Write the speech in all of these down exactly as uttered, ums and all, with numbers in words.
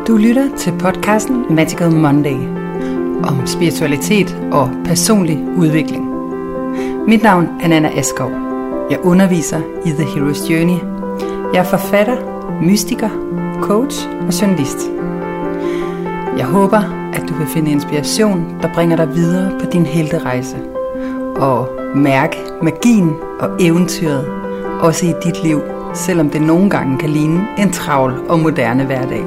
Du lytter til podcasten Magical Monday om spiritualitet og personlig udvikling. Mit navn er Nanna Askov. Jeg underviser i The Hero's Journey. Jeg er forfatter, mystiker, coach og journalist. Jeg håber, at du vil finde inspiration, der bringer dig videre på din helterejse og mærke magien og eventyret også i dit liv, selvom det nogle gange kan ligne en travl og moderne hverdag.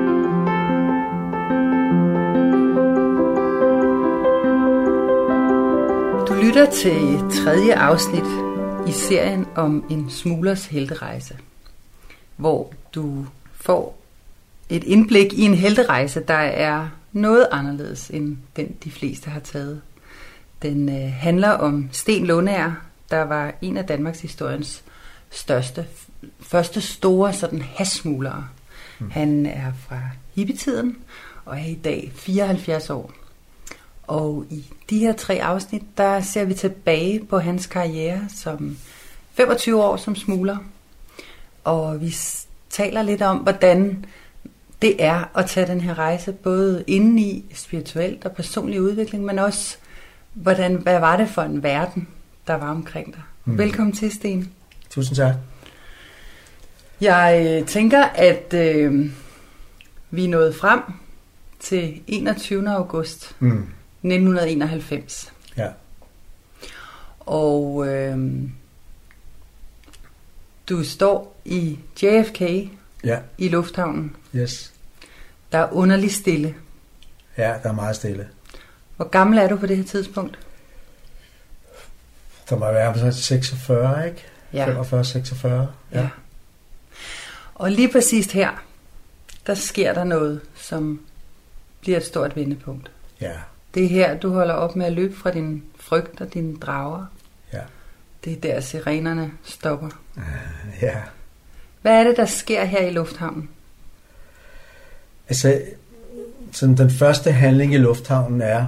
Du lytter til tredje afsnit i serien om en smuglers helterejse, hvor du får et indblik i en helterejse, der er noget anderledes end den, de fleste har taget. Den øh, handler om Steen Lundager, der var en af Danmarks historiens største, første store sådan hashsmuglere. Mm. Han er fra hippietiden og er i dag fireoghalvfjerds år. Og i de her tre afsnit, der ser vi tilbage på hans karriere som femogtyve år som smugler. Og vi taler lidt om, hvordan det er at tage den her rejse, både indeni spirituelt og personlig udvikling, men også, hvordan, hvad var det for en verden, der var omkring dig. Mm. Velkommen til, Sten. Tusind tak. Jeg tænker, at øh, vi er nået frem til enogtyvende august mm. nitten enoghalvfems. Ja. Og øh, du står i J F K ja. i lufthavnen. Yes. Der er underligt stille. Ja, der er meget stille. Hvor gammel er du på det her tidspunkt? Der må være seksogfyrre, ikke? Ja. femogfyrre seksogfyrre. Ja. ja. Og lige præcis her, der sker der noget, som bliver et stort vendepunkt. Ja. Det er her, du holder op med at løbe fra din frygt og dine drager. Ja. Det er der, sirenerne stopper. Ja. Hvad er det, der sker her i lufthavnen? Altså, sådan den første handling i lufthavnen er,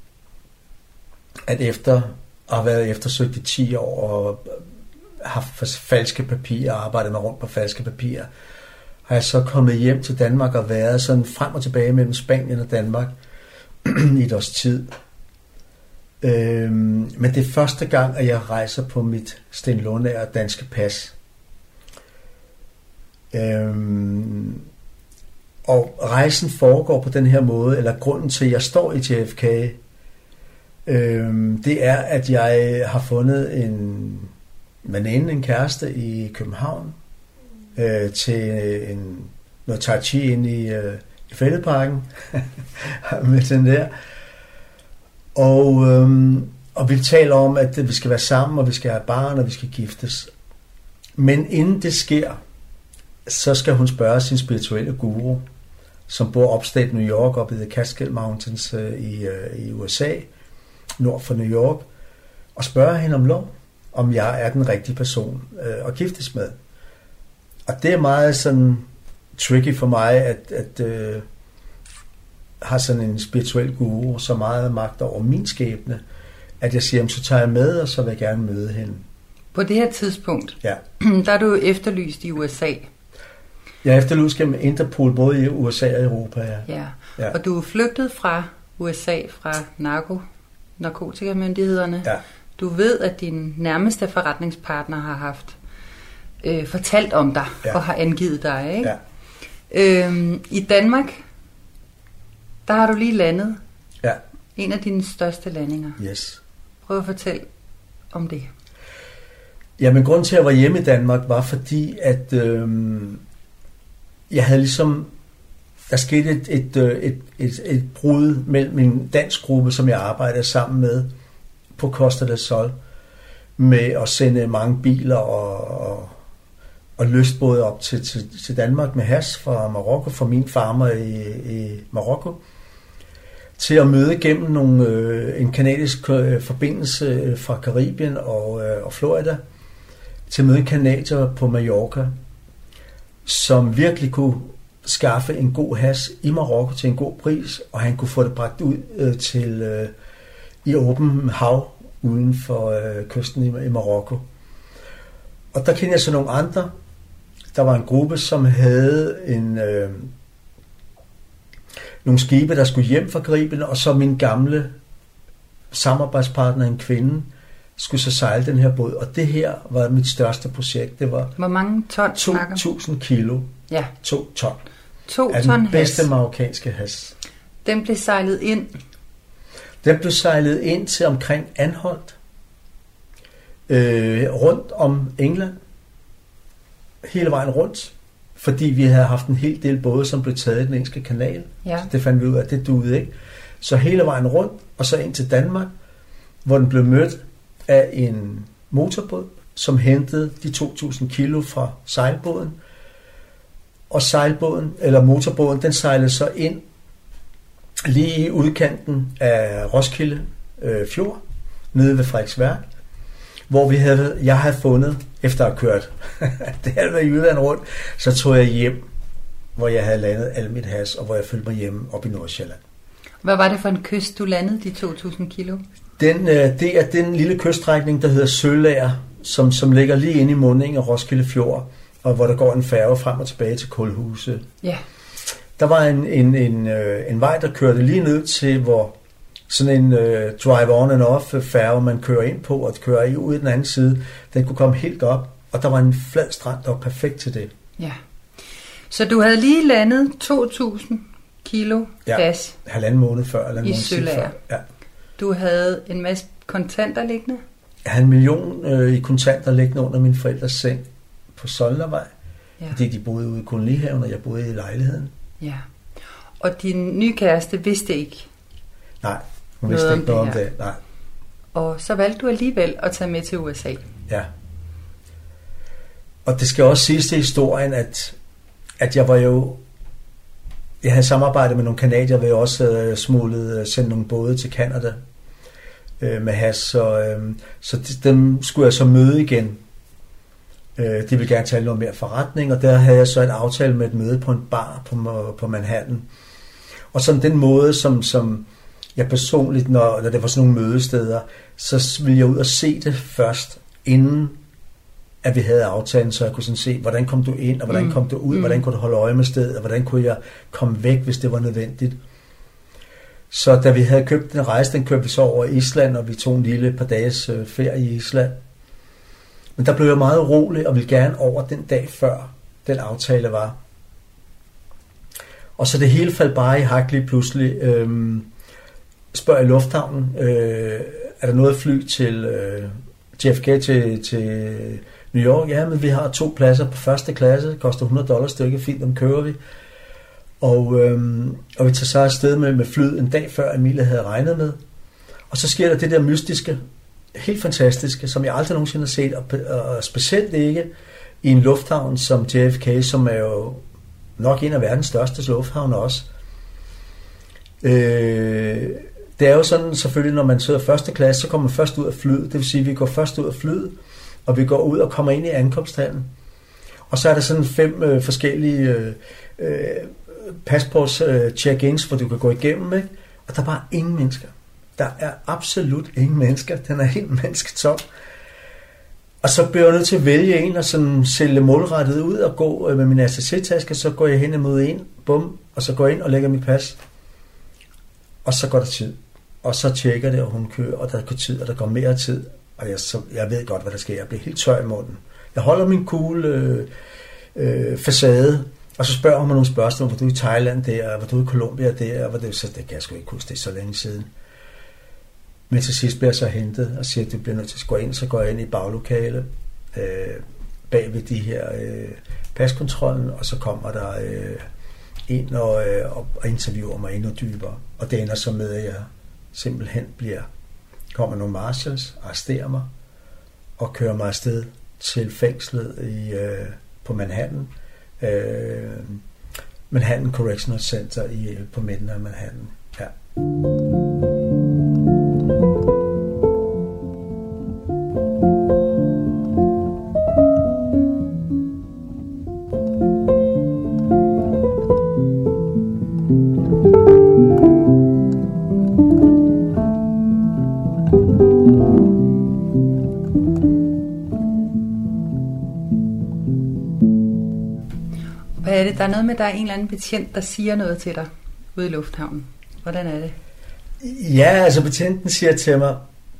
at efter at have været eftersøgt i ti år og haft falske papirer, arbejdet med rundt på falske papirer, har jeg så kommet hjem til Danmark og været sådan frem og tilbage mellem Spanien og Danmark i et års tid. Øhm, men det er første gang, at jeg rejser på mit Steen Lundager danske pas. Øhm, og rejsen foregår på den her måde, eller grunden til, at jeg står i J F K, øhm, det er, at jeg har fundet en veninde, en kæreste i København, øh, til en, noget tai chi inde i, øh, i Fælledparken, med den der. Og, øhm, og vi taler om, at vi skal være sammen, og vi skal have barn, og vi skal giftes. Men inden det sker, så skal hun spørge sin spirituelle guru, som bor upstate New York, oppe i The Catskill Mountains øh, i, øh, i U S A, nord for New York, og spørge hende om lov, om jeg er den rigtige person øh, at giftes med. Og det er meget sådan tricky for mig, at, at øh, have sådan en spirituel guru, så meget magt over min skæbne, at jeg siger, så tager jeg med, og så vil jeg gerne møde hende. På det her tidspunkt, ja. der er du efterlyst i U S A. Jeg er efterlyst gennem Interpol, både i U S A og Europa, ja. Ja. ja. Og du er flygtet fra U S A, fra narko, narkotikamyndighederne. Ja. Du ved, at din nærmeste forretningspartner har haft øh, fortalt om dig, ja. og har angivet dig, ikke? Ja. Øhm, I Danmark, der har du lige landet. Ja. En af dine største landinger. Yes. Prøv at fortælle om det. Jamen, grunden til, at jeg var hjemme i Danmark, var fordi, at øhm, jeg havde ligesom, der skete et, et, et, et, et brud mellem en dansk gruppe, som jeg arbejdede sammen med på Costa del Sol, med at sende mange biler og, og, og lystbåde op til, til, til Danmark med hash fra Marokko, fra min farmer i, i Marokko, til at møde gennem nogle, øh, en kanadisk øh, forbindelse fra Karibien og, øh, og Florida, til at møde en kanadier på Mallorca, som virkelig kunne skaffe en god hash i Marokko til en god pris, og han kunne få det bragt ud øh, til øh, i åben hav uden for øh, kysten i, i Marokko. Og der kendte jeg så nogle andre. Der var en gruppe, som havde en, øh, nogle skibe, der skulle hjem fra Karibien, og så min gamle samarbejdspartner, en kvinde, skulle så sejle den her båd. Og det her var mit største projekt. Det var Hvor mange ton to tusind kilo. Ja. To ton. To af ton den bedste has. marokkanske has. Den blev sejlet ind. Den blev sejlet ind til omkring Anholt. Øh, rundt om England. Hele vejen rundt. Fordi vi havde haft en hel del både, som blev taget i den engelske kanal. Ja. Så det fandt vi ud af, at det duede ikke. Så hele vejen rundt, og så ind til Danmark, hvor den blev mødt af en motorbåd, som hentede de to tusind kilo fra sejlbåden. Og sejlbåden, eller motorbåden, den sejlede så ind lige i udkanten af Roskilde øh, Fjord, nede ved Frederiksværk, hvor vi havde, jeg havde fundet, efter at have kørt det havde været i Jylland rundt, så tog jeg hjem, hvor jeg havde landet al mit has, og hvor jeg følte mig hjemme oppe i Nordsjælland. Hvad var det for en kyst, du landede de to tusind kilo? Den, øh, det er den lille kyststrækning, der hedder Sølager, som, som ligger lige inde i mundingen af Roskilde Fjord, og hvor der går en færge frem og tilbage til Kulhuse. Ja. Der var en, en, en, øh, en vej, der kørte lige ned til, hvor sådan en øh, drive-on and off færge, man kører ind på og kører i ud i den anden side, den kunne komme helt op, og der var en flad strand, der var perfekt til det. Ja. Så du havde lige landet to tusind kilo Ja, gas halvanden måned før, eller en i måned tid Sølager. før. Ja. Du havde en masse kontanter liggende. Jeg havde en million øh, i kontanter liggende under min forældres seng på Solnervej, Ja. fordi de boede ude i kolonihaven, og jeg boede i lejligheden. Ja. Og din nye kæreste vidste ikke. Nej, hun vidste Noget om ikke noget om det det. Nej. Og så valgte du alligevel at tage med til U S A. Ja. Og det skal også siges til historien, at, at jeg var jo... Jeg havde samarbejdet med nogle kanadier, hvor jeg også havde smuglet, sendt nogle både til Canada øh, med has, så, øh, så dem skulle jeg så møde igen. Øh, de ville gerne tale noget mere forretning, og der havde jeg så et aftale med et møde på en bar på, på Manhattan. Og sådan den måde, som, som jeg personligt, når, når det var sådan nogle mødesteder, så ville jeg ud og se det først, inden at vi havde aftalen, så jeg kunne sådan se, hvordan kom du ind, og hvordan kom du ud, mm. hvordan kunne du holde øje med stedet, og hvordan kunne jeg komme væk, hvis det var nødvendigt. Så da vi havde købt den rejse, den kørte vi så over Island, og vi tog en lille par dages øh, ferie i Island. Men der blev jeg meget rolig, og ville gerne over den dag før den aftale var. Og så det hele faldt bare i hak lige pludselig. Øhm, spørger i lufthavnen, øh, er der noget fly til øh, J F K til, til New York? Ja, men vi har to pladser på første klasse, det koster hundrede dollars stykke, fint, dem kører vi. Og, øhm, og vi tager så afsted med, med flyet en dag før Emilie havde regnet med. Og så sker der det der mystiske, helt fantastiske, som jeg aldrig nogensinde har set, og, og specielt ikke i en lufthavn som J F K, som er jo nok en af verdens største lufthavne også. Øh, det er jo sådan selvfølgelig, når man sidder første klasse, så kommer man først ud af flyet. Det vil sige, at vi går først ud af flyet, og vi går ud og kommer ind i ankomsthallen. Og så er der sådan fem øh, forskellige øh, øh, passports øh, check-ins, hvor du kan gå igennem, ikke? Og der er bare ingen mennesker. Der er absolut ingen mennesker. Den er helt mennesketom. Og så bliver jeg nødt til at vælge en og sådan sælge målrettet ud og gå med min A C C-taske. Så går jeg hen imod en, bum, og så går jeg ind og lægger mit pas. Og så går der tid. Og så tjekker det, og hun kører, og der går tid, og der går mere tid. Og jeg, så, jeg ved godt, hvad der sker. Jeg bliver helt tør i munden. Jeg holder min cool øh, øh, facade, og så spørger hun mig nogle spørgsmål. Var du i Thailand der? Var du i Colombia der? Var det, så det kan jeg sgu ikke huske, det er så længe siden. Men til sidst bliver jeg så hentet og siger, at du bliver nødt til at gå ind. Så går jeg ind i baglokale øh, bag ved de her øh, paskontrollen, og så kommer der øh, ind og, øh, og interviewer mig endnu dybere. Og det ender så med, at jeg simpelthen bliver, kommer nogle marshals, arresterer mig og kører mig afsted til fængslet i, øh, på Manhattan. Øh, Manhattan Correctional Center i, på midten af Manhattan. Ja. Hvad er det? Der er noget med, at der er en eller anden betjent, der siger noget til dig. ude i lufthavnen. Hvordan er det? Ja, altså betjenten siger til mig,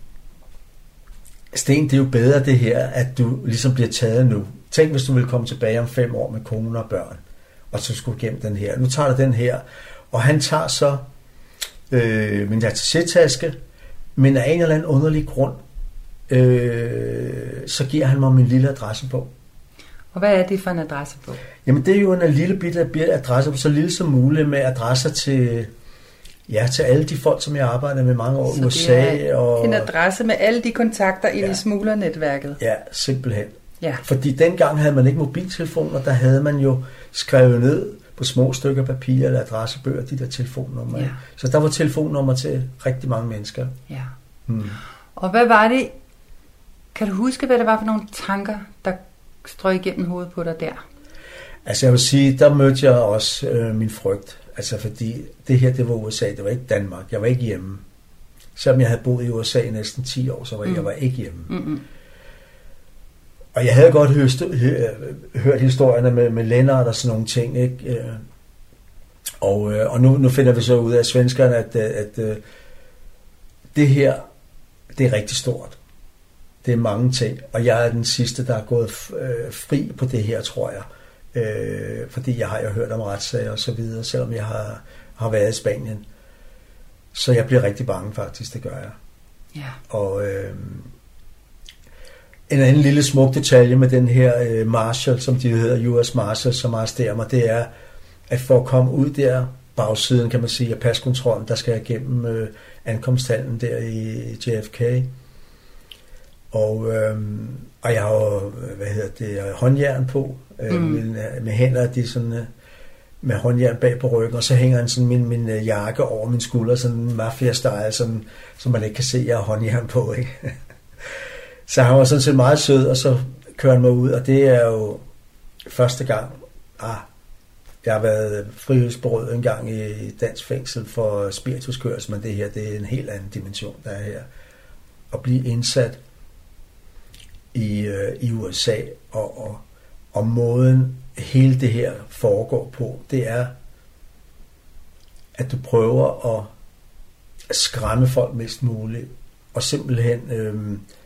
Sten, det er jo bedre det her, at du ligesom bliver taget nu. Tænk, hvis du vil komme tilbage om fem år med kone og børn, og så skulle gennem den her. Nu tager du den her, og han tager så øh, min attaché-taske, men af en eller anden underlig grund, øh, så giver han mig min lille adressebog. Og hvad er det for en adressebog? Jamen, det er jo en lille bitte adressebog, så lille som muligt, med adresser til... Ja, til alle de folk, som jeg arbejder med mange år i U S A. Og en adresse med alle de kontakter ind ja. i smuglernetværket. Ja, simpelthen. Ja. Fordi dengang havde man ikke mobiltelefoner, der havde man jo skrevet ned på små stykker papir eller adressebøger, de der telefonnumre. Ja. Så der var telefonnummer til rigtig mange mennesker. Ja. Hmm. Og hvad var det, kan du huske, hvad det var for nogle tanker, der strøg igennem hovedet på dig der? Altså jeg vil sige, der mødte jeg også øh, min frygt. Altså fordi det her, det var U S A, det var ikke Danmark. Jeg var ikke hjemme. Selvom jeg havde boet i U S A i næsten ti år, så var mm. jeg var ikke hjemme. Mm-hmm. Og jeg havde godt hørt, hørt historierne med, med Lennart og sådan nogle ting, ikke? Og, og nu, nu finder vi så ud af svenskerne, at, at, at det her, det er rigtig stort. Det er mange ting. Og jeg er den sidste, der er gået fri på det her, tror jeg. Øh, fordi jeg har jo hørt om retssager og så videre, selvom jeg har, har været i Spanien. Så jeg bliver rigtig bange faktisk, det gør jeg. Ja. Og øh, en anden lille smuk detalje med den her øh, Marshal, som de hedder, U S Marshal, som arresterer mig, det er, at for at komme ud der, bagsiden kan man sige, af paskontrollen, der skal jeg gennem øh, ankomsthallen der i J F K. Og, øh, og jeg har jo, hvad hedder det, håndjern på, øh, mm. med, med hænder, de sådan, øh, med håndjern bag på ryggen, og så hænger han sådan min, min øh, jakke over min skulder, sådan en mafia-style, sådan, så man ikke kan se, at jeg har håndjern på, ikke? Så han var sådan set meget sød, og så kører han mig ud, og det er jo første gang, ah, jeg har været frihedsberøvet en gang i dansk fængsel for spirituskørsel, men det her, det er en helt anden dimension, der er her. At blive indsat i, øh, i U S A, og, og, og måden hele det her foregår på, det er, at du prøver at skræmme folk mest muligt, og simpelthen øh,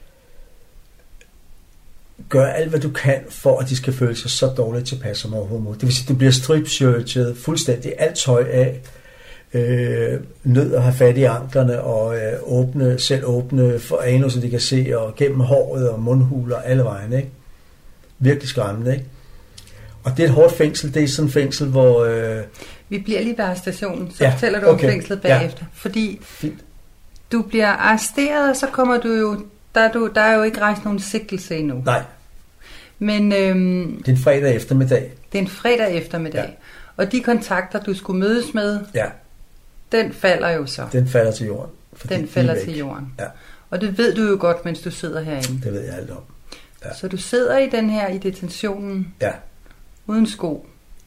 gør alt, hvad du kan, for at de skal føle sig så dårligt tilpas som overhovedet muligt. Det vil sige, at du bliver strip-shirtet fuldstændig, alt tøj af, øh, nød at have fat i anklerne, og øh, åbne, selv åbne for anus, så de kan se, og gennem håret og mundhuler alle vejen, ikke? Virkelig skræmmende, ikke? Og det er et hårdt fængsel, det er sådan et fængsel, hvor... Øh... Vi bliver lige ved arrestationen, så ja, fortæller du okay. om fængslet bagefter. Ja. Fordi Fint. Du bliver arresteret, og så kommer du jo... Der er, du, der er jo ikke rejst nogen sigtelse endnu. Nej. Men... Øhm, det er en fredag eftermiddag. Det er en fredag eftermiddag. Ja. Og de kontakter, du skulle mødes med, ja. Den falder jo så. Den falder til jorden. Den falder til jorden. Ja. Og det ved du jo godt, mens du sidder herinde. Det ved jeg alt om. Ja. Så du sidder i den her, i detentionen, ja. Uden sko.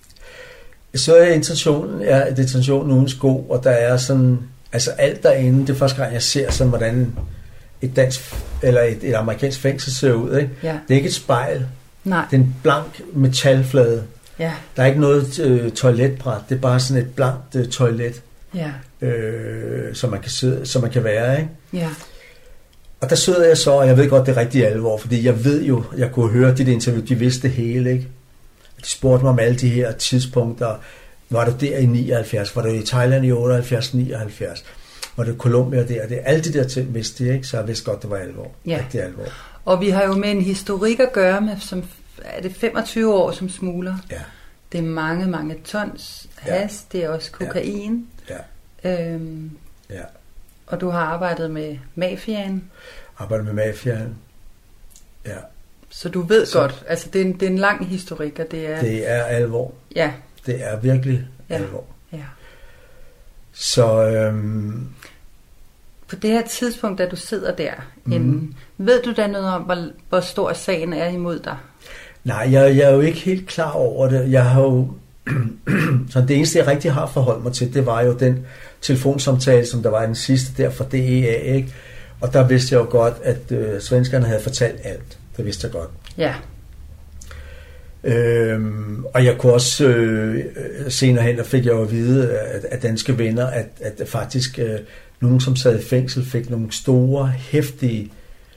Så er intentionen, ja, detentionen uden sko, og der er sådan, altså alt derinde, det er første gang, jeg ser sådan, hvordan et dansk, eller et, et amerikansk fængsel ser ud, ikke? Ja. Det er ikke et spejl. Nej. Det er en blank metalflade. Ja. Der er ikke noget øh, toiletbræt, det er bare sådan et blankt øh, toilet, ja. øh, som man kan sidde, som man kan være, ikke? Ja. Og der sidder jeg så, og jeg ved godt, det er rigtig alvor, fordi jeg ved jo, jeg kunne høre de der interview, de vidste det hele, ikke? De spurgte mig om alle de her tidspunkter. Var du der i nioghalvfjerds? Var du i Thailand i otteoghalvfjerds nioghalvfjerds? Var du i Colombia der? Det, alle de der ting vidste jeg, ikke? Så jeg vidste godt, det var alvor. Ja. Rigtig alvor. Og vi har jo med en historik at gøre med, som er det femogtyve år som smugler. Ja. Det er mange, mange tons has. Ja. Det er også kokain. Ja. Ja. Øhm, ja. Og du har arbejdet med mafiaen. Arbejdet med mafiaen. Ja. Så du ved så, godt, altså det er, en, det er en lang historik, og det er... Det er alvor. Ja. Det er virkelig ja. alvor. Ja. Så... Øhm, på det her tidspunkt, da du sidder der, mm. inden, ved du da noget om, hvor, hvor stor sagen er imod dig? Nej, jeg, jeg er jo ikke helt klar over det. Jeg har jo... så det eneste, jeg rigtig har forholdt mig til, det var jo den telefonsamtale, som der var den sidste der fra D E A, ikke? Og der vidste jeg jo godt, at øh, svenskerne havde fortalt alt. Det vidste jeg godt. Ja. Øhm, og jeg kunne også øh, senere hen, der fik jeg jo at vide af, af danske venner, at, at faktisk øh, nogen, som sad i fængsel, fik nogle store, heftige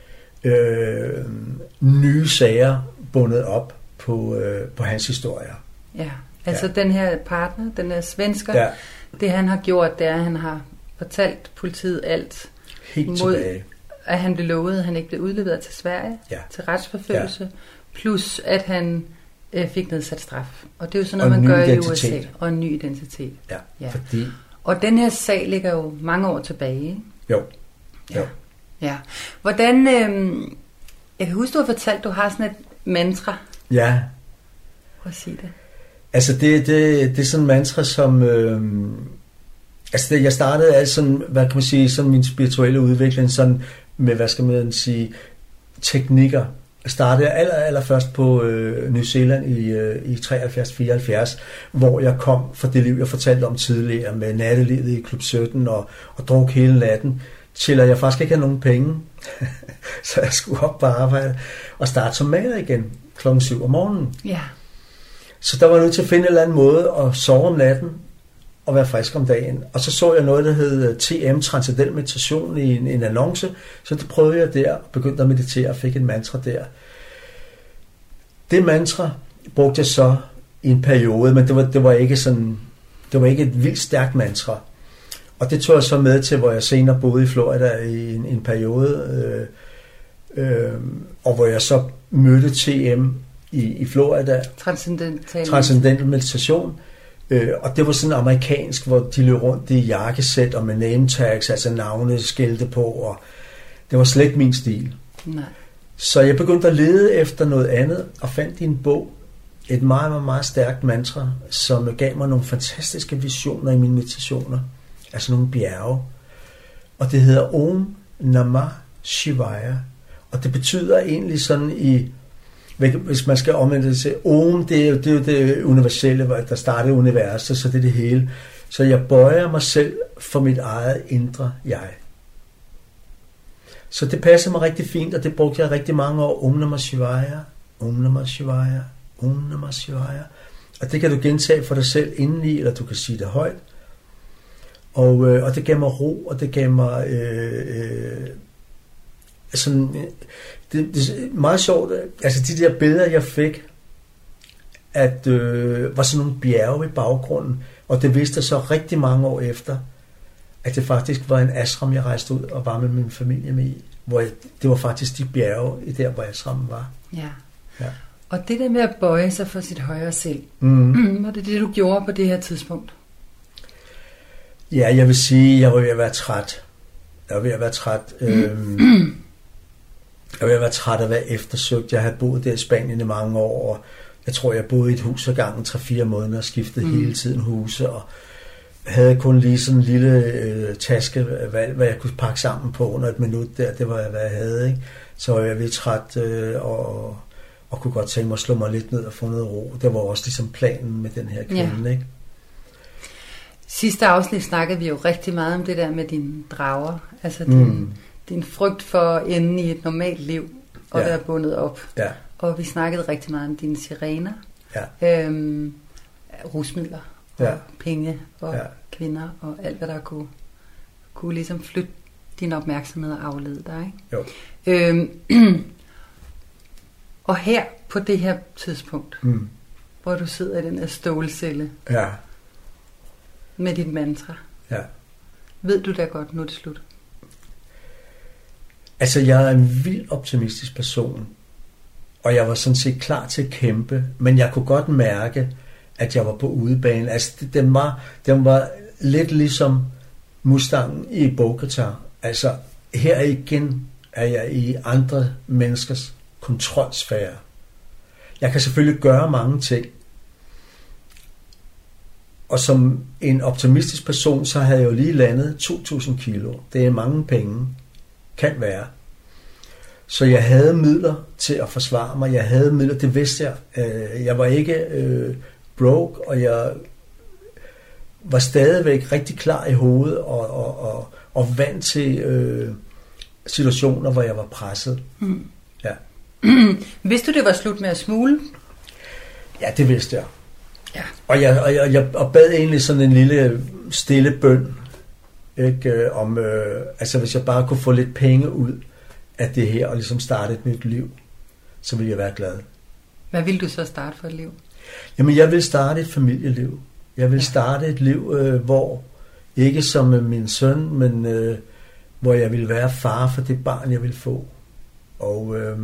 øh, nye sager bundet op på, øh, på hans historier. Ja, altså ja. Den her partner, den her svensker, ja. Det han har gjort, det er, at han har fortalt politiet alt. Helt mod, tilbage. At han blev lovet, at han ikke blev udleveret til Sverige, ja. Til retsforfølgelse, ja. Plus at han øh, fik nedsat straf. Og det er jo sådan noget, man gør identitet. I U S A. Og en ny identitet. Ja, ja. Fordi... Og den her sag ligger jo mange år tilbage, ikke? Jo. jo. Ja. ja. Hvordan... Øh, jeg kan huske, du har fortalt, at du har sådan et mantra. Ja. Prøv at sige det. Altså, det, det, det er sådan en mantra, som... Øh, altså, det, jeg startede altså sådan, hvad kan man sige, sådan min spirituelle udvikling, sådan med, hvad skal man sige, teknikker. Jeg startede aller, aller først på øh, New Zealand i, øh, i treoghalvfjerds fireoghalvfjerds, hvor jeg kom fra det liv, jeg fortalte om tidligere, med nattelivet i Klub sytten og, og druk hele natten, til at jeg faktisk ikke havde nogen penge. Så jeg skulle op på arbejde og starte som maler igen klokken syv om morgenen. Ja. Så der var jeg nødt til at finde en eller anden måde at sove om natten og være frisk om dagen. Og så så jeg noget, der hed T M, Transcendental Meditation, i en, en annonce. Så det prøvede jeg der, og begyndte at meditere og fik en mantra der. Det mantra brugte jeg så i en periode, men det var, det var ikke sådan, det var ikke et vildt stærkt mantra. Og det tog jeg så med til, hvor jeg senere boede i Florida i en, en periode, øh, øh, og hvor jeg så mødte T M i, i Florida. Transcendental. Transcendental meditation. Øh, og det var sådan amerikansk, hvor de løb rundt i jakkesæt og med name tags, altså navne, skilte på, og det var slet ikke min stil. Nej. Så jeg begyndte at lede efter noget andet, og fandt i en bog et meget, meget, meget stærkt mantra, som gav mig nogle fantastiske visioner i mine meditationer, altså nogle bjerge. Og det hedder Om Namah Shivaya, og det betyder egentlig sådan i, hvis man skal omvende det til Om, det er jo det, er jo det universelle, der startede universet, så det er det hele. Så jeg bøjer mig selv for mit eget indre jeg. Så det passer mig rigtig fint, og det brugte jeg rigtig mange år. Om Namah Shivaya, Om Namah Shivaya, Om Namah Shivaya. Og det kan du gentage for dig selv indeni, eller du kan sige det højt. Og, øh, og det gav mig ro, og det gav mig øh, øh, sådan, det, det er meget sjovt, altså de der billeder jeg fik, at øh, var sådan nogle bjerge i baggrunden, og det vidste jeg så rigtig mange år efter, at det faktisk var en ashram, jeg rejste ud og var med min familie med i, hvor jeg, det var faktisk de bjerge der, hvor ashrammen var. Ja. Ja. Og det der med at bøje sig for sit højre selv, mm. var det det, du gjorde på det her tidspunkt? Ja, jeg vil sige, jeg var ved at være træt. Jeg var ved at være træt. Mm. Øhm, jeg var ved at være træt af at være eftersøgt. Jeg havde boet der i Spanien i mange år, og jeg tror, jeg boede i et hus ad gangen tre fire måneder og skiftede mm. hele tiden huse, og havde kun lige sådan en lille øh, taske, hvad, hvad jeg kunne pakke sammen på under et minut der. Det var, hvad jeg havde, ikke? Så var jeg ved træt, øh, og, og kunne godt tænke mig at slå mig lidt ned og få noget ro. Det var også ligesom planen med den her kvinde, ja. Ikke? Sidste afsnit snakkede vi jo rigtig meget om det der med dine drager, altså din, mm. din frygt for at ende i et normalt liv og ja. Være bundet op. Ja. Og vi snakkede rigtig meget om dine sirener, ja. øhm, rusmidler og ja. penge og ja. kvinder og alt hvad der kunne, kunne ligesom flytte din opmærksomhed og aflede dig, ikke? Jo. Øhm, og her på det her tidspunkt, mm. hvor du sidder i den her stålcelle, ja. med dit mantra. Ja. Ved du da godt, nu er det slut? Altså, jeg er en vild optimistisk person, og jeg var sådan set klar til at kæmpe, men jeg kunne godt mærke, at jeg var på udebane. Altså, den var, den var lidt ligesom Mustangen i Bogota. Altså, her igen er jeg i andre menneskers kontrolsfære. Jeg kan selvfølgelig gøre mange ting, og som en optimistisk person, så havde jeg jo lige landet to tusind kilo. Det er mange penge. Kan være. Så jeg havde midler til at forsvare mig. Jeg havde midler, det vidste jeg. Jeg var ikke øh, broke, og jeg var stadigvæk rigtig klar i hovedet, og, og, og, og vant til øh, situationer, hvor jeg var presset. Mm. Ja. Vidste du, det var slut med at smule? Ja, det vidste jeg. Ja. Og jeg, og jeg, jeg og bad egentlig sådan en lille stille bøn, ikke, om, øh, altså hvis jeg bare kunne få lidt penge ud af det her, og ligesom starte et nyt liv, så ville jeg være glad. Hvad vil du så starte for et liv? Jamen, jeg vil starte et familieliv. Jeg vil starte et liv, øh, hvor, ikke som min søn, men øh, hvor jeg vil være far for det barn, jeg vil få. Og, øh,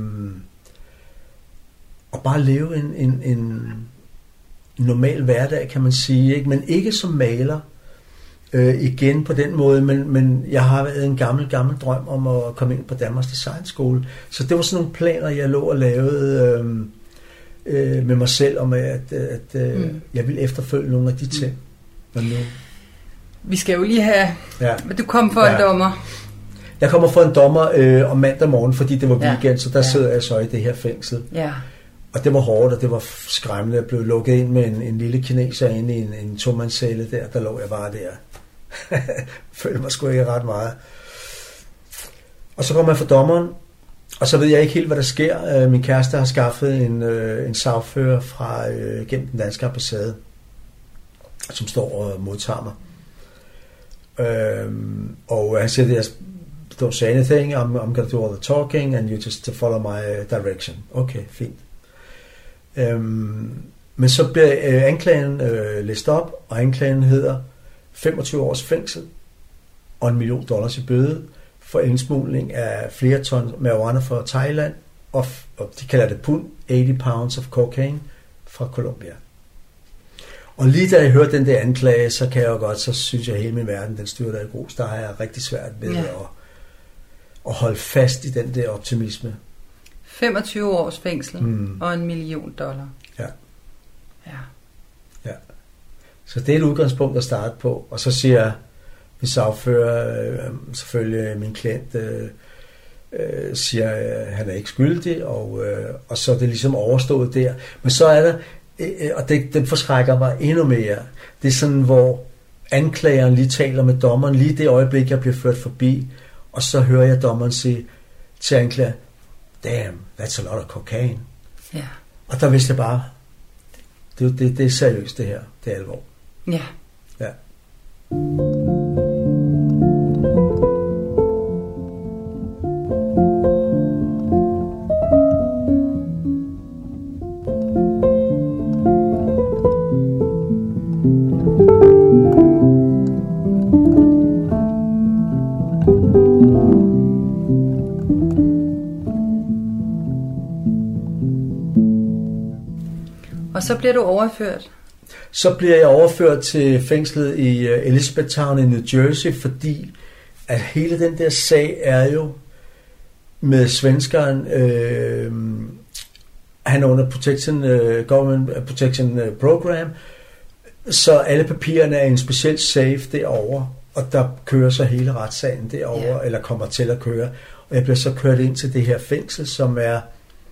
og bare leve en, en, en normal hverdag, kan man sige. Ikke? Men ikke som maler, øh, igen på den måde, men, men jeg har været en gammel, gammel drøm om at komme ind på Danmarks Designskole. Så det var sådan nogle planer, jeg lå og lavede øh, øh, med mig selv, om at, at øh, mm. jeg ville efterfølge nogle af de ting. Men nu... Vi skal jo lige have... Ja. Du kom for ja. en dommer. Jeg kommer for en dommer øh, om mandag morgen, fordi det var weekend, ja. så der ja. sidder jeg så i det her fængsel. Ja. Og det var hårdt, og det var skræmmende. Jeg blev lukket ind med en, en lille kineser inde i en, en tomandscelle der. Der lå jeg bare der. Følte mig sgu ikke ret meget. Og så kommer jeg for dommeren, og så ved jeg ikke helt, hvad der sker. Min kæreste har skaffet en, en sagfører fra øh, gennem den danske ambassade, som står og modtager mig. Øhm, og han siger, at don't say anything, I'm, I'm going to do all the talking, and you just follow my direction. Okay, fint. Øhm, men så bliver øh, anklagen øh, læst op, og anklagen hedder femogtyve års fængsel og en million dollars i bøde for indsmugling af flere ton marijuana fra Thailand, og, og de kalder det pund, eighty pounds of cocaine fra Colombia. Og lige da jeg hørte den der anklage, så kan jeg jo godt, så synes jeg, at hele min verden, den styrter i grus. Der har jeg rigtig svært ved ja. at, at holde fast i den der optimisme. femogtyve års fængsel mm. og en million dollar. Ja. Ja. Ja. Så det er et udgangspunkt at starte på. Og så siger jeg, vi sagfører øh, selvfølgelig min klient, øh, øh, siger, at han er ikke skyldig, og, øh, og så er det ligesom overstået der. Men så er der, øh, og det, den forskrækker mig endnu mere, det er sådan, hvor anklageren lige taler med dommeren, lige det øjeblik, jeg bliver ført forbi, og så hører jeg dommeren sige til anklager, damn, that's a lot of cocaine. Ja. Og der vidste jeg bare, det, det, det er seriøst det her, det er alvor. Ja. Ja. Og så bliver du overført? Så bliver jeg overført til fængslet i Elizabethtown i New Jersey, fordi at hele den der sag er jo med svenskeren, øh, han er under protection, uh, government protection program, så alle papirerne er en speciel safe derovre, og der kører så hele retssagen derovre, yeah. eller kommer til at køre. Og jeg bliver så kørt ind til det her fængsel, som er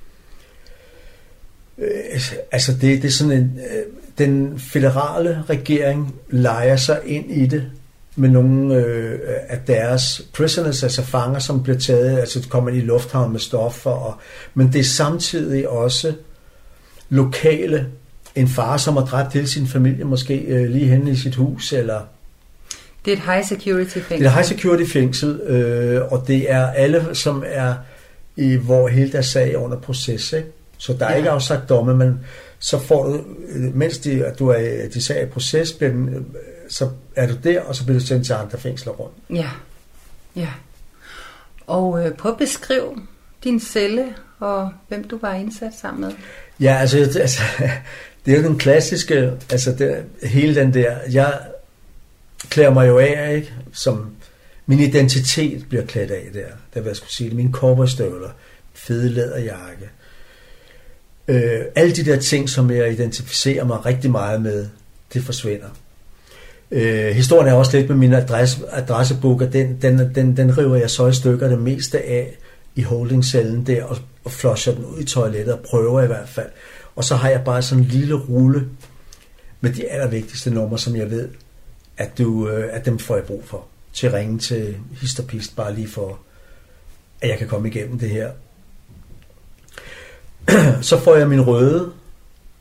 øh, altså det, det er sådan en øh, den føderale regering lejer sig ind i det med nogle øh, af deres prisoners, altså fanger, som bliver taget, altså kommer i lufthavn med stoffer, og, men det er samtidig også lokale, en far, som har dræbt hele sin familie, måske øh, lige henne i sit hus, eller... Det er et high security fængsel. Det er et high security fængsel, øh, og det er alle, som er i, hvor hele deres sag er under proces, ikke? Så der er ja. ikke afsagt domme, men så får du, mens de, du er, de sag i proces, bliver den, så er du der, og så bliver du sendt til andre fængsler rundt. Ja, ja. Og øh, prøv at beskrive din celle, og hvem du var indsat sammen med. Ja, altså, altså det er jo den klassiske, altså det, hele den der, jeg klæder mig jo af, ikke? Som min identitet bliver klædt af der, der vil jeg skulle sige det, mine cowboystøvler, fede læderjakke, øh, alle de der ting, som jeg identificerer mig rigtig meget med, det forsvinder. Øh, historien er også lidt med min adresse, adressebog, og den, den, den, den river jeg så i stykker det meste af i holdingcellen der, og, og flusher den ud i toilettet, og prøver i hvert fald. Og så har jeg bare sådan en lille rulle med de allervigtigste numre, som jeg ved, at, du, øh, at dem får jeg brug for. Til at ringe til hist og pist, bare lige for, at jeg kan komme igennem det her. Så får jeg min røde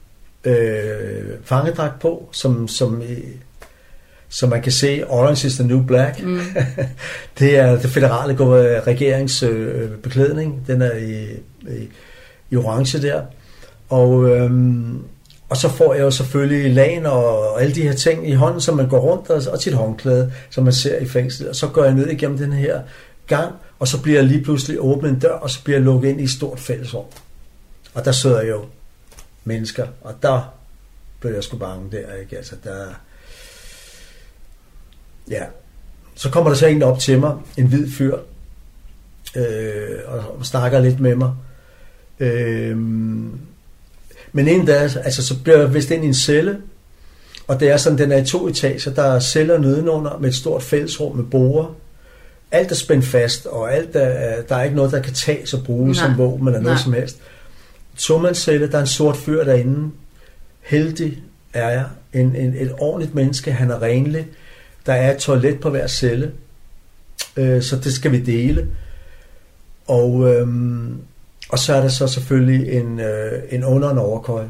øh, fangedragt på, som, som, som man kan se, Orange is the New Black. Mm. Det er det federale regeringsbeklædning. Øh, Den er i, i, i orange der. Og, øhm, og så får jeg jo selvfølgelig lagen og, og alle de her ting i hånden, som man går rundt, og, og sit håndklæde, som man ser i fængslet. Og så går jeg ned igennem den her gang, og så bliver jeg lige pludselig åbnet en dør, og så bliver jeg lukket ind i et stort fællesrum. Og der sidder jo mennesker, og der blev jeg sgu bange der, ikke? Altså, der... Ja. Så kommer der så en op til mig, en hvid fyr, øh, og, og snakker lidt med mig. Øh, men inden da, altså, så bliver jeg vist ind i en celle, og det er sådan, den er i to etager, der er celler nedenunder med et stort fællesrum med borde. Alt er spændt fast, og alt er, der er ikke noget, der kan tages og bruges som våben eller noget Nej. som helst. Tomandscelle, der er en sort fyr derinde. Heldig er jeg. En, en, et ordentligt menneske, han er renlig. Der er et toilet på hver celle, øh, så det skal vi dele. Og, øhm, og så er der så selvfølgelig en, øh, en under- og overkøje.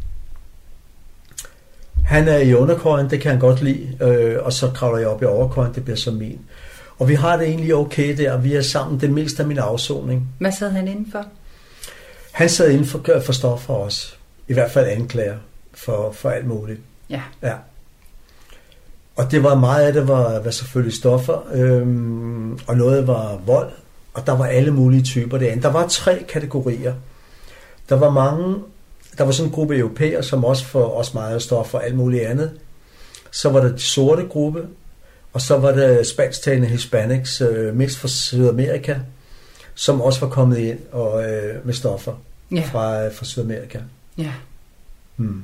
Han er i underkøjen, det kan han godt lide, øh, og så kravler jeg op i overkøjen, det bliver så min. Og vi har det egentlig okay der, vi er sammen det meste af min afsoning. Hvad sad han indenfor? Han sad inden for, for stoffer også. I hvert fald anklager for, for alt muligt. Ja. Ja. Og det var meget af det var, var selvfølgelig stoffer, øhm, og noget var vold, og der var alle mulige typer derinde. Der var tre kategorier. Der var mange, der var sådan en gruppe europæer, som også får også meget stoffer og alt muligt andet. Så var der de sorte gruppe, og så var der spansktalende Hispanics, øh, mest fra Sydamerika, som også var kommet ind og, øh, med stoffer ja. fra, fra Sydamerika. Ja. Hmm.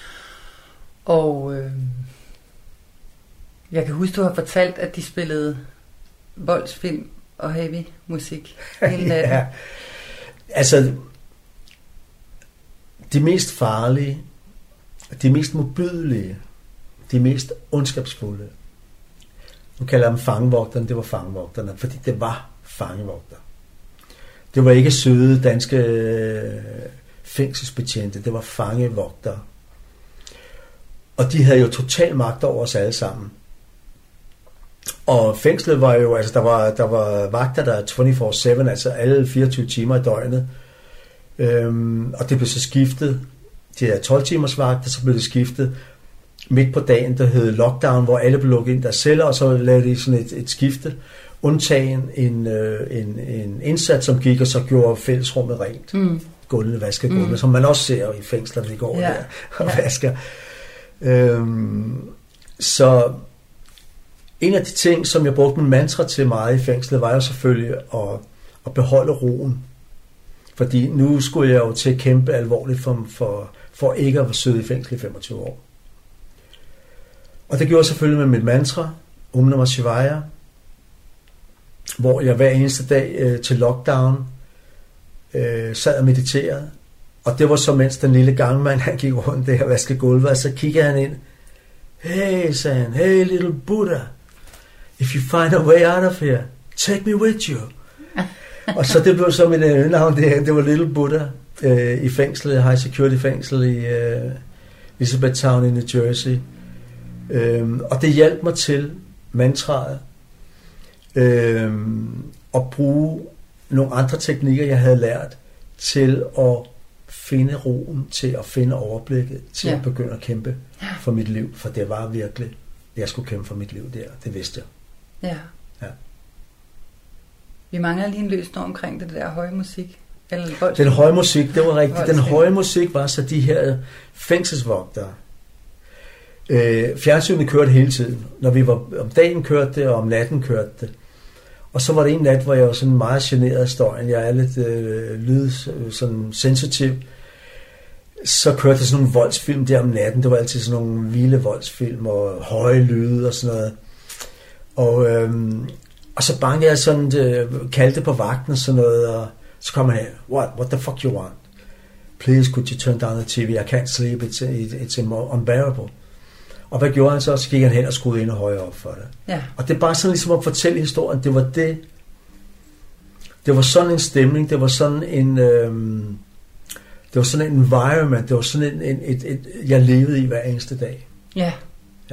Og øh, jeg kan huske, du har fortalt, at de spillede voldsfilm og heavy musik hele natten. Ja. Altså, de mest farlige, de mest modbydelige, de mest ondskabsfulde, nu kalder jeg dem fangevogterne, det var fangevogterne, fordi det var fangevogtere. Det var ikke søde danske fængselsbetjente, det var fangevogtere. Og de havde jo total magt over os alle sammen. Og fængslet var jo, altså der var, der var vagter, der toogtyve syv, altså alle fireogtyve timer i døgnet. Øhm, og det blev så skiftet. De her tolv timers vagter, så blev det skiftet midt på dagen, der hed lockdown, hvor alle blev lukket ind i deres celler, og så lavede de sådan et, et skifte, undtagen en, øh, en, en indsats, som gik, og så gjorde fællesrummet rent. Mm. Gulvene, vaskegulvene, mm. som man også ser i fængsler, når de går ja. der og ja. vasker. Øhm, så en af de ting, som jeg brugte min mantra til meget i fængslet, var jo selvfølgelig at, at beholde roen. Fordi nu skulle jeg jo til at kæmpe alvorligt for, for, for ikke at sidde i fængsel i femogtyve år. Og det gjorde jeg selvfølgelig med mit mantra, Om Namah Shivaya, hvor jeg hver eneste dag øh, til lockdown øh, sad og mediterede. Og det var så, mens den lille gangmand, han gik rundt der og vaskede gulvet, og så kiggede han ind. Hey, sagde han, hey little Buddha, if you find a way out of here, take me with you. Og så det blev så mit navn, det, det var Little Buddha øh, i fængslet, high security fængsel i øh, Elizabethtown i New Jersey. Øhm, og det hjalp mig til mantraet øhm, at bruge nogle andre teknikker, jeg havde lært, til at finde roen, til at finde overblikket, til ja. at begynde at kæmpe for mit liv. For det var virkelig, jeg skulle kæmpe for mit liv der, det vidste jeg. Ja. Ja. Vi mangler lige en løsning omkring det der høje musik. Eller den høje musik, det var rigtigt. Den høje musik var så de her fængselsvogtere. Øh, fjernsynet kørte hele tiden. Når vi var om dagen kørte det, og om natten kørte det. Og så var det en nat, hvor jeg var sådan meget generet af støjen. Jeg er lidt øh, lyd, sådan sensitiv. Så kørte jeg sådan nogle voldsfilm der om natten. Det var altid sådan nogle vilde voldsfilm og høje lyde og sådan noget. Og, øhm, og så bangede jeg sådan, øh, kaldte på vagten og sådan noget, og så kom han her, what, what the fuck you want? Please, could you turn down the T V? I can't sleep, it's, it's unbearable. Og hvad gjorde han så? Så gik han hen og skruede endnu højere op for det. Ja. Og det er bare sådan ligesom at fortælle historien. Det var det. Det var sådan en stemning. Det var sådan en, øhm, det var sådan en environment, det var sådan en, en, et, et, jeg levede i hver eneste dag. Ja. Ja.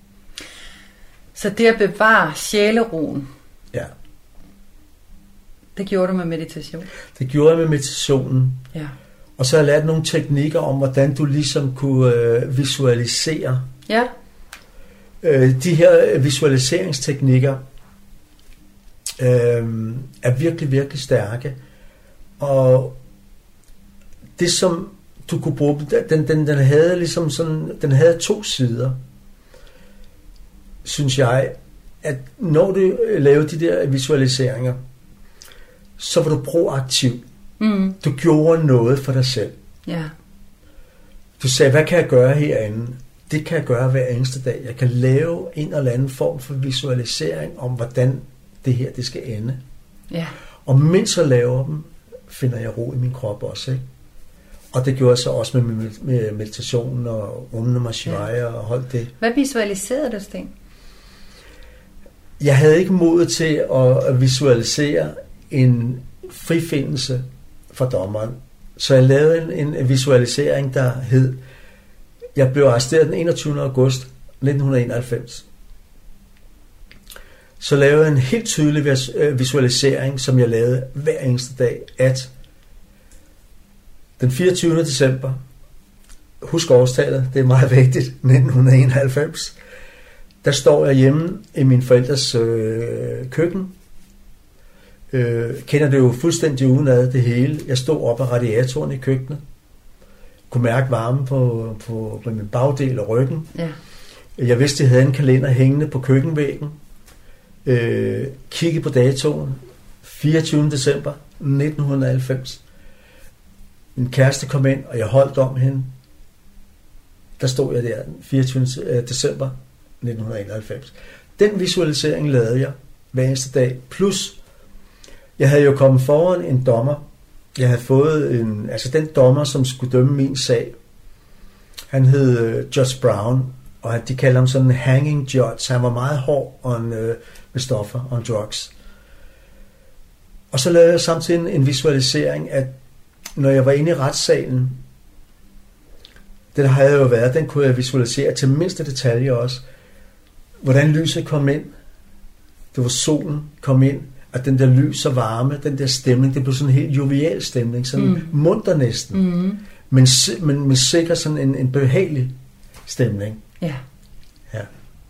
Så det at bevare sjæleroen, Ja. det gjorde du med meditation? Det gjorde jeg med meditationen. Ja. Og så har jeg lært nogle teknikker om, hvordan du ligesom kunne øh, visualisere. Ja. Øh, de her visualiseringsteknikker øh, er virkelig, virkelig stærke. Og det som du kunne bruge, den, den, den havde ligesom sådan, den havde to sider, synes jeg, at når du lavede de der visualiseringer, så var du proaktiv. Mm. Du gjorde noget for dig selv. Ja. Du sagde, hvad kan jeg gøre herinde? Det kan jeg gøre hver eneste dag. Jeg kan lave en eller anden form for visualisering om, hvordan det her det skal ende. Ja. Og mens jeg laver dem, finder jeg ro i min krop også. Ikke? Og det gjorde jeg så også med, med meditationen og Om Namah Shivaya ja. Og holdt det. Hvad visualiserede du, Sten? Jeg havde ikke mod til at visualisere en frifindelse for dommeren. Så jeg lavede en, en visualisering, der hed, jeg blev arresteret den enogtyvende august nitten enoghalvfems. Så lavede jeg en helt tydelig visualisering, som jeg lavede hver eneste dag, at den fireogtyvende december, husk årstallet, det er meget vigtigt, nitten enoghalvfems, der står jeg hjemme i min forældres øh, køkken. Øh, kender det jo fuldstændig udenad det hele. Jeg stod op ad radiatoren i køkkenet. Kunne mærke varmen på, på, på min bagdel og ryggen. Ja. Jeg vidste, jeg havde en kalender hængende på køkkenvæggen. Øh, kiggede på datoen. fireogtyvende december nitten halvfems. Min kæreste kom ind, og jeg holdt om hende. Der stod jeg der fireogtyvende december nitten enoghalvfems. Den visualisering lavede jeg hver eneste dag. Plus, jeg havde jo kommet foran en dommer. Jeg havde fået en, altså den dommer, som skulle dømme min sag. Han hed uh, Judge Brown, og de kaldte ham sådan en hanging judge. Han var meget hård on, uh, med stoffer, on drugs. Og så lavede jeg samtidig en, en visualisering, at når jeg var inde i retssalen, det der havde jo været, den kunne jeg visualisere til mindste detalje også. Hvordan lyset kom ind. Det var solen kom ind. At den der lys og varme, den der stemning, det blev sådan en helt jovial stemning, sådan mm. munter næsten, mm. men, men med sikkert sådan en, en behagelig stemning. Ja. Ja.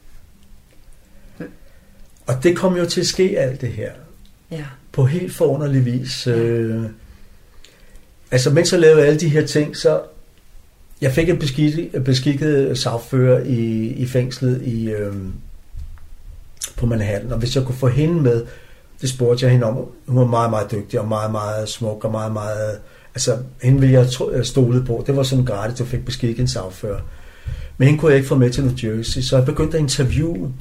Og det kom jo til at ske alt det her. Ja. På helt forunderlig vis. Ja. Øh, altså mens jeg lavede alle de her ting, så jeg fik en beskikket, beskikket sagfører i, i fængslet i, øh, på Manhattan, og hvis jeg kunne få hende med, det spurgte jeg hende om. Hun var meget, meget dygtig og meget, meget smuk og meget, meget... Altså, hende ville jeg stole på. Det var sådan gratis, at jeg fik beskikket en sagfører. Men hende kunne jeg ikke få med til New Jersey, så jeg begyndte at interviewe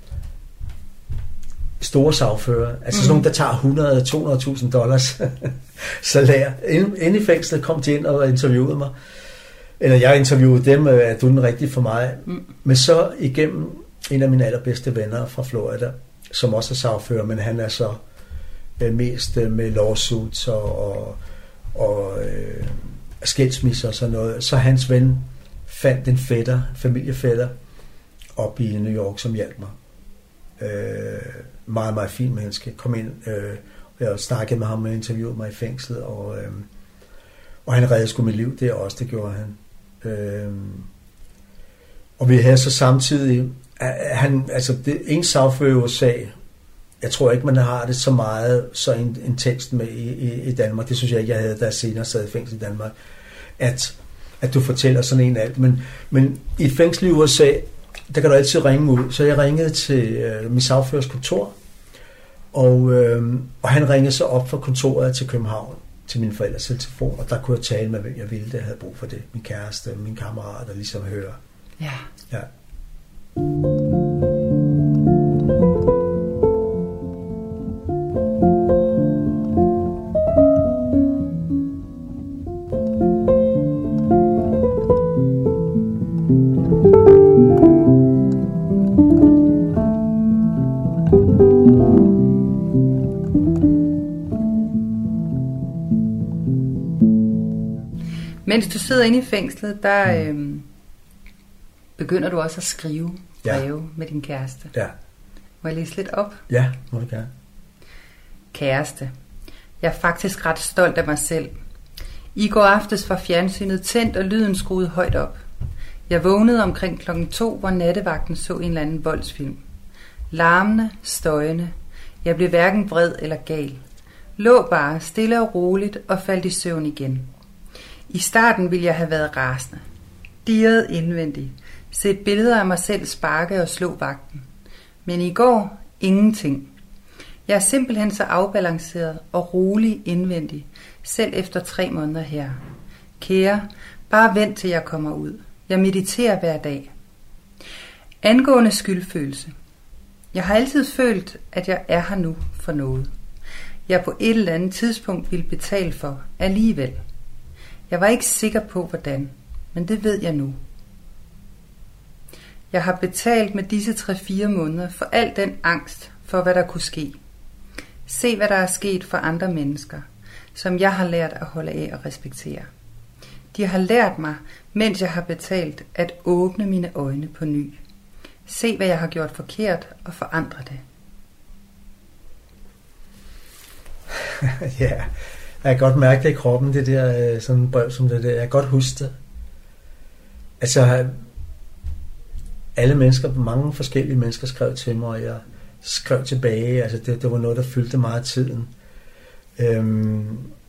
store sagfører. Altså mm. sådan nogle, der tager hundrede til to hundrede tusind dollars salær. Inde i fængslet kom de ind og interviewede mig. Eller jeg interviewede dem, at du er den rigtige for mig. Mm. Men så igennem en af mine allerbedste venner fra Florida, som også er sagfører, men han er så øh, mest øh, med lawsuits og, og, og øh, skilsmisser og sådan noget. Så hans ven fandt en fætter, familiefætter, op i New York, som hjalp mig. Øh, meget, meget fin menneske. Kom ind, øh, og jeg snakkede med ham og interviewede mig i fængslet, og, øh, og han reddede sgu mit liv der også, det gjorde han. Øh, og vi havde så samtidig han, altså det en sagfører i U S A, jeg tror ikke, man har det så meget, så intenst med i, i, i Danmark. Det synes jeg ikke, jeg havde, da jeg senere sad i fængsel i Danmark, at, at du fortæller sådan en alt. Men, men i et fængsel i U S A, der kan du altid ringe ud. Så jeg ringede til øh, min sagførers kontor, og, øh, og han ringede så op fra kontoret til København, til min forældres telefon, og der kunne jeg tale med, hvem jeg ville, der havde brug for det. Min kæreste, min kammerat, der ligesom hører. Ja. Ja. Mens du sidder inde i fængslet, der mm. øh, begynder du også at skrive breve ja. med din kæreste. Ja. Må jeg læse lidt op? Ja, må du gerne. Kæreste. Jeg er faktisk ret stolt af mig selv. I går aftes var fjernsynet tændt og lyden skruet højt op. Jeg vågnede omkring klokken to, hvor nattevagten så en eller anden voldsfilm. Larmende, støjende. Jeg blev hverken vred eller gal. Lå bare stille og roligt og faldt i søvn igen. I starten ville jeg have været rasende. Dirret indvendigt. Set billeder af mig selv sparke og slå vagten. Men i går ingenting. Jeg er simpelthen så afbalanceret og rolig indvendig, selv efter tre måneder her. Kære, bare vent til jeg kommer ud. Jeg mediterer hver dag. Angående skyldfølelse. Jeg har altid følt, at jeg er her nu for noget. Jeg på et eller andet tidspunkt ville betale for alligevel. Jeg var ikke sikker på, hvordan, men det ved jeg nu. Jeg har betalt med disse tre-fire måneder for al den angst for, hvad der kunne ske. Se, hvad der er sket for andre mennesker, som jeg har lært at holde af og respektere. De har lært mig, mens jeg har betalt, at åbne mine øjne på ny. Se, hvad jeg har gjort forkert og forandre det. Ja, jeg kan godt mærke det i kroppen, det der sådan en brev som det der. Jeg kan godt huske det. Altså, alle mennesker, mange forskellige mennesker skrev til mig, og jeg skrev tilbage. Altså, det, det var noget, der fyldte meget af tiden. Øhm,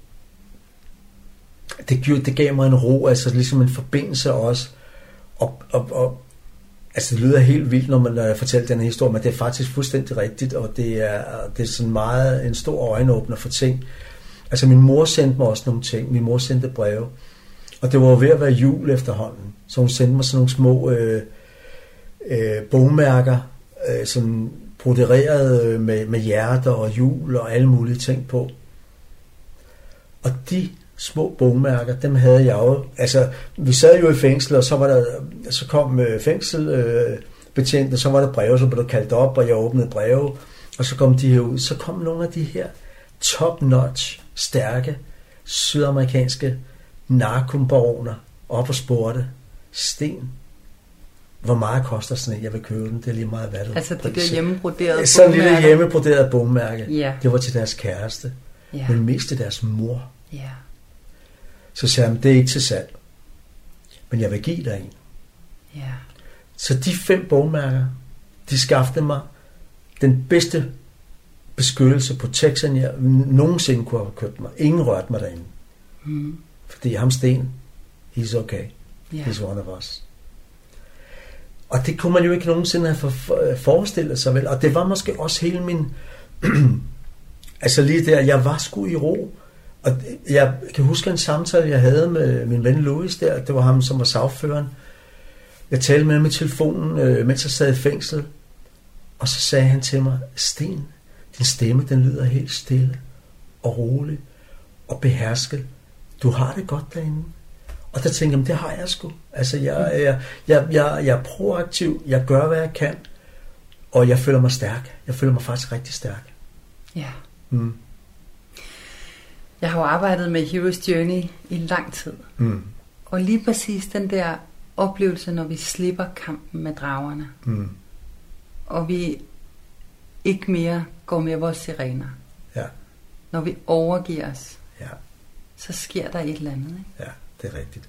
det, det gav mig en ro, altså ligesom en forbindelse også. Og, og, og altså, det lyder helt vildt, når man når jeg fortæller den her historie, men det er faktisk fuldstændig rigtigt, og det er, det er sådan meget en stor øjenåbner for ting. Altså, min mor sendte mig også nogle ting. Min mor sendte breve. Og det var ved at være jul efterhånden. Så hun sendte mig sådan nogle små øh, øh, bogmærker, øh, sådan brodereret med, med hjerter og jul og alle mulige ting på. Og de små bogmærker, dem havde jeg jo. Altså, vi sad jo i fængsel, og så var der, så kom øh, fængselbetjenten, øh, så var der breve, så blev der kaldt op, og jeg åbnede breve, og så kom de her ud. Så kom nogle af de her top-notch, stærke, sydamerikanske narkobaroner op og spurgte: Sten, hvor meget koster sådan en? Jeg vil købe den, det er lige meget hvad du. Altså det der hjemmebroderede bogmærke? Sådan en lille hjemmebroderede bogmærke. Ja. Det var til deres kæreste, ja. Men mest til deres mor. Ja. Så sagde han, det er ikke til salg, men jeg vil give dig en. Ja. Så de fem bogmærker, de skaffede mig den bedste beskyttelse på Texan, jeg nogensinde kunne have købt mig. Ingen rørte mig derinde. Mm. Fordi ham Sten, he's okay. Yeah. He's one of us. Og det kunne man jo ikke nogensinde have for, for, forestillet sig vel. Og det var måske også hele min... altså lige der, jeg var sgu i ro. Og jeg kan huske en samtale, jeg havde med min ven Louis der. Det var ham, som var sagføreren. Jeg talte med ham i telefonen, øh, mens jeg sad i fængsel. Og så sagde han til mig: Sten, din stemme, den lyder helt stille og rolig og behersket. Du har det godt derinde. Og der tænkte jeg, det har jeg sgu. Altså, jeg, jeg, jeg, jeg, jeg er proaktiv, jeg gør, hvad jeg kan, og jeg føler mig stærk. Jeg føler mig faktisk rigtig stærk. Ja. Mm. Jeg har jo arbejdet med Hero's Journey i lang tid. Mm. Og lige præcis den der oplevelse, når vi slipper kampen med dragerne, mm. og vi ikke mere går med vores sirener. Ja. Når vi overgiver os, ja. Så sker der et eller andet. Ikke? Ja, det er rigtigt.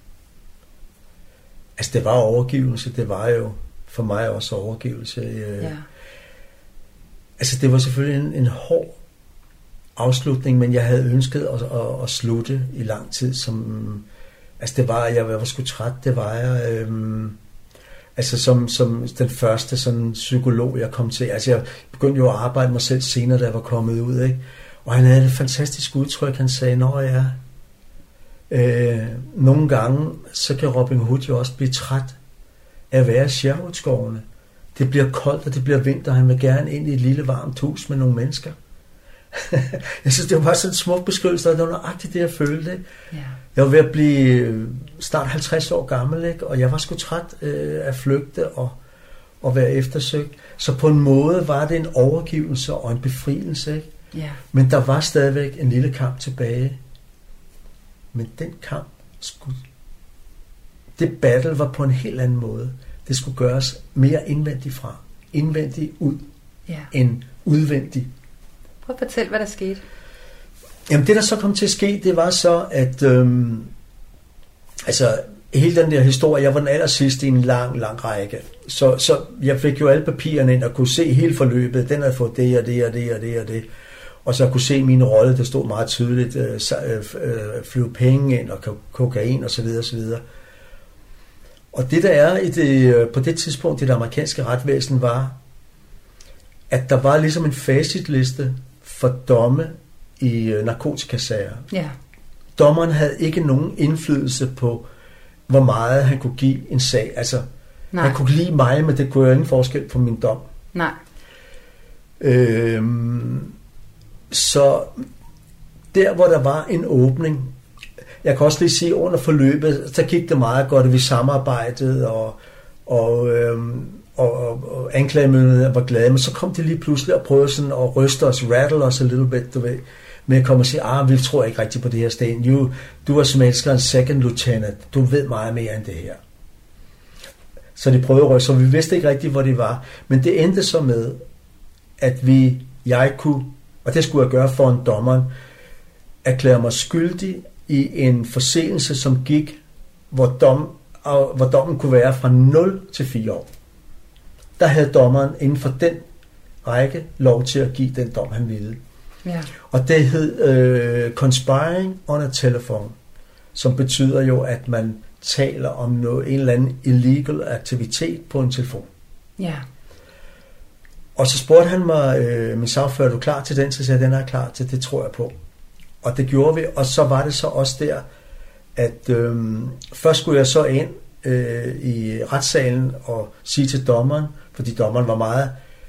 Altså, det var overgivelse. Det var jo for mig også overgivelse. Øh, ja. Altså, det var selvfølgelig en, en hård afslutning, men jeg havde ønsket at, at, at slutte i lang tid. Som, altså, det var, jeg var sgu træt. Det var jeg... Øh, Altså som, som den første sådan psykolog, jeg kom til. Altså jeg begyndte jo at arbejde mig selv senere, da jeg var kommet ud, ikke? Og han havde et fantastisk udtryk. Han sagde, når jeg øh, nogle gange, så kan Robin Hood jo også blive træt af at være i Sherwood-skovene. Det bliver koldt, og det bliver vinter. Han vil gerne ind i et lille varmt hus med nogle mennesker. Jeg synes, det var bare sådan en smuk beskyttelse, og det var nøjagtigt det, jeg følte. Ikke? Yeah. Jeg var ved at blive snart halvtreds år gammel, ikke? Og jeg var sgu træt øh, af flygte og, og være eftersøgt. Så på en måde var det en overgivelse og en befrielse. Ikke? Yeah. Men der var stadigvæk en lille kamp tilbage. Men den kamp skulle det battle var på en helt anden måde. Det skulle gøres mere indvendigt fra. Indvendigt ud, ja. end udvendigt. Prøv at fortælle, hvad der skete. Jamen det, der så kom til at ske, det var så, at øhm, altså hele den der historie, jeg var den aller sidste i en lang, lang række. Så, så jeg fik jo alle papirerne ind og kunne se hele forløbet. Den havde fået det og det og det og det og det. Og så kunne se mine rolle, der stod meget tydeligt, øh, øh, flyve penge ind og kokain og så videre og så videre. Og det der er i det, på det tidspunkt i det amerikanske retvæsen var, at der var ligesom en facitliste for domme i narkotikasager. Ja. Dommeren havde ikke nogen indflydelse på, hvor meget han kunne give en sag. Altså, nej. Han kunne lide mig, men det kunne jo ingen forskel på min dom. Nej. Øhm, så der, hvor der var en åbning, jeg kan også lige sige, under forløbet, så gik det meget godt, at vi samarbejdede, og, og, øhm, og, og, og anklagemyndigheden var glade, men så kom de lige pludselig og prøvede sådan at ryste os, rattle os a little bit, du ved, med at komme og sige, ah, vi tror ikke rigtigt på det her, Sten. You, du er som elsker en second lieutenant. Du ved meget mere end det her. Så de prøvede at ryste, så vi vidste ikke rigtigt, hvor det var. Men det endte så med, at vi, jeg kunne, og det skulle jeg gøre foran dommeren, erklære mig skyldig i en forseelse, som gik, hvor, dom, hvor dommen kunne være fra nul til fire år. Der havde dommeren inden for den række lov til at give den dom, han ville. Ja. Og det hed øh, conspiring on a telephone, som betyder jo, at man taler om noget, en eller anden illegal aktivitet på en telefon. Ja. Og så spurgte han mig, øh, min sagfører, er du klar til den? Så sagde jeg, den er klar til, det tror jeg på. Og det gjorde vi, og så var det så også der, at øh, først skulle jeg så ind øh, i retssalen og sige til dommeren, fordi dommeren var meget,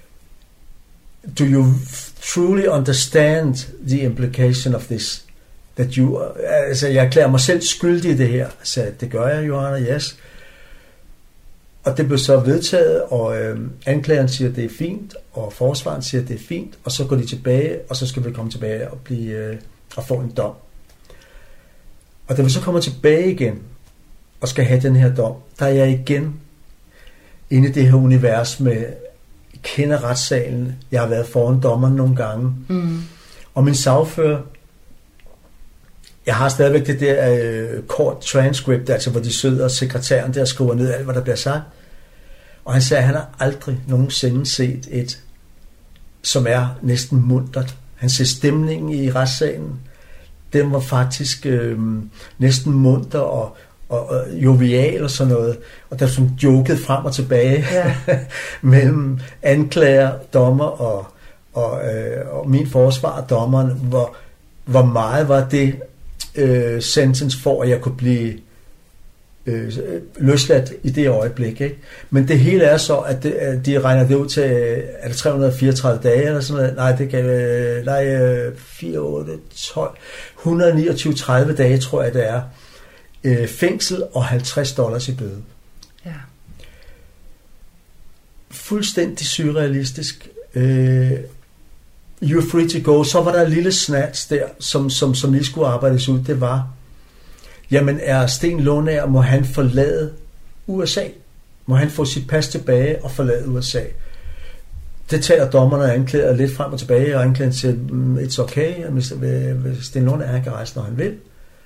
do you truly understand the implication of this? That you, altså jeg erklærer mig selv skyldig i det her. Så det gør jeg, Johanna, yes. Og det blev så vedtaget, og øh, anklageren siger, at det er fint, og forsvaren siger, at det er fint, og så går de tilbage, og så skal vi komme tilbage og, blive, øh, og få en dom. Og da vi så kommer tilbage igen, og skal have den her dom, der er jeg igen inde i det her univers med, kender retssalen, jeg har været foran dommeren nogle gange, mm. og min sagfører, jeg har stadigvæk det der uh, court transcript, altså hvor de sidder og sekretæren der skriver ned alt, hvad der bliver sagt. Og han sagde, at han har aldrig nogensinde set et, som er næsten muntert. Han ser stemningen i retssalen. Den var faktisk øh, næsten munter og, og, og jovial og sådan noget. Og der sådan joket frem og tilbage ja. mellem anklager, dommer og, og, øh, og min forsvar og dommeren. Hvor, hvor meget var det øh, sentence for, at jeg kunne blive øh, løsladt i det øjeblik. Ikke? Men det hele er så, at, det, at de regner det ud til, er det tre hundrede og fireogtredive dage eller sådan noget? Nej, det kan øh, nej, fire, otte, tolv, et hundrede og niogtyve, tredive dage, tror jeg det er. Øh, fængsel og halvtreds dollars i bøde. Ja. Fuldstændig surrealistisk. Øh, You're free to go. Så var der en lille snats der, som, som, som lige skulle arbejdes ud. Det var, jamen er Sten Lundager, må han forlade U S A? Må han få sit pas tilbage og forlade U S A? Det taler dommerne og anklager lidt frem og tilbage, og anklageren siger, it's okay, hvis Sten Lundager han kan rejse, når han vil.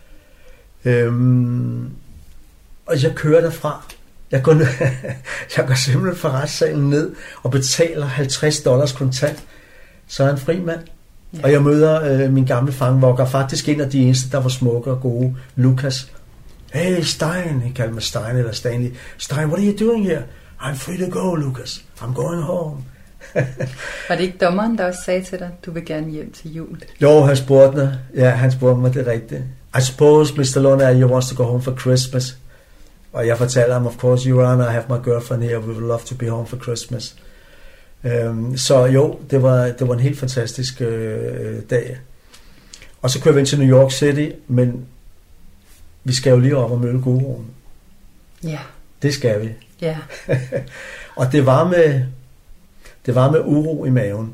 Øhm, og jeg kører derfra. Jeg går, ned, jeg går simpelthen fra retssalen ned og betaler halvtreds dollars kontant. Så er han fri mand. Ja. Og jeg møder øh, min gamle fangevogter, faktisk en af de eneste, der var smukke og gode, Lukas. Hey Stein, han kaldte mig Stein eller Stanley. Stein, what are you doing here? I'm free to go, Lukas. I'm going home. Var det ikke dommeren, der også sagde til dig, du vil gerne hjem til jul? Jo, han spurgte mig. Ja, han spurgte mig, det er rigtigt. I suppose, mister Lundager, you wants to go home for Christmas. Og jeg fortalte ham, of course, Your Honor, I have my girlfriend here. We would love to be home for Christmas. Øhm, så jo, det var, det var en helt fantastisk øh, dag. Og så kører vi ind til New York City, men vi skal jo lige op og møde guruen. Ja. Det skal vi. Ja. Og det var med det var med uro i maven.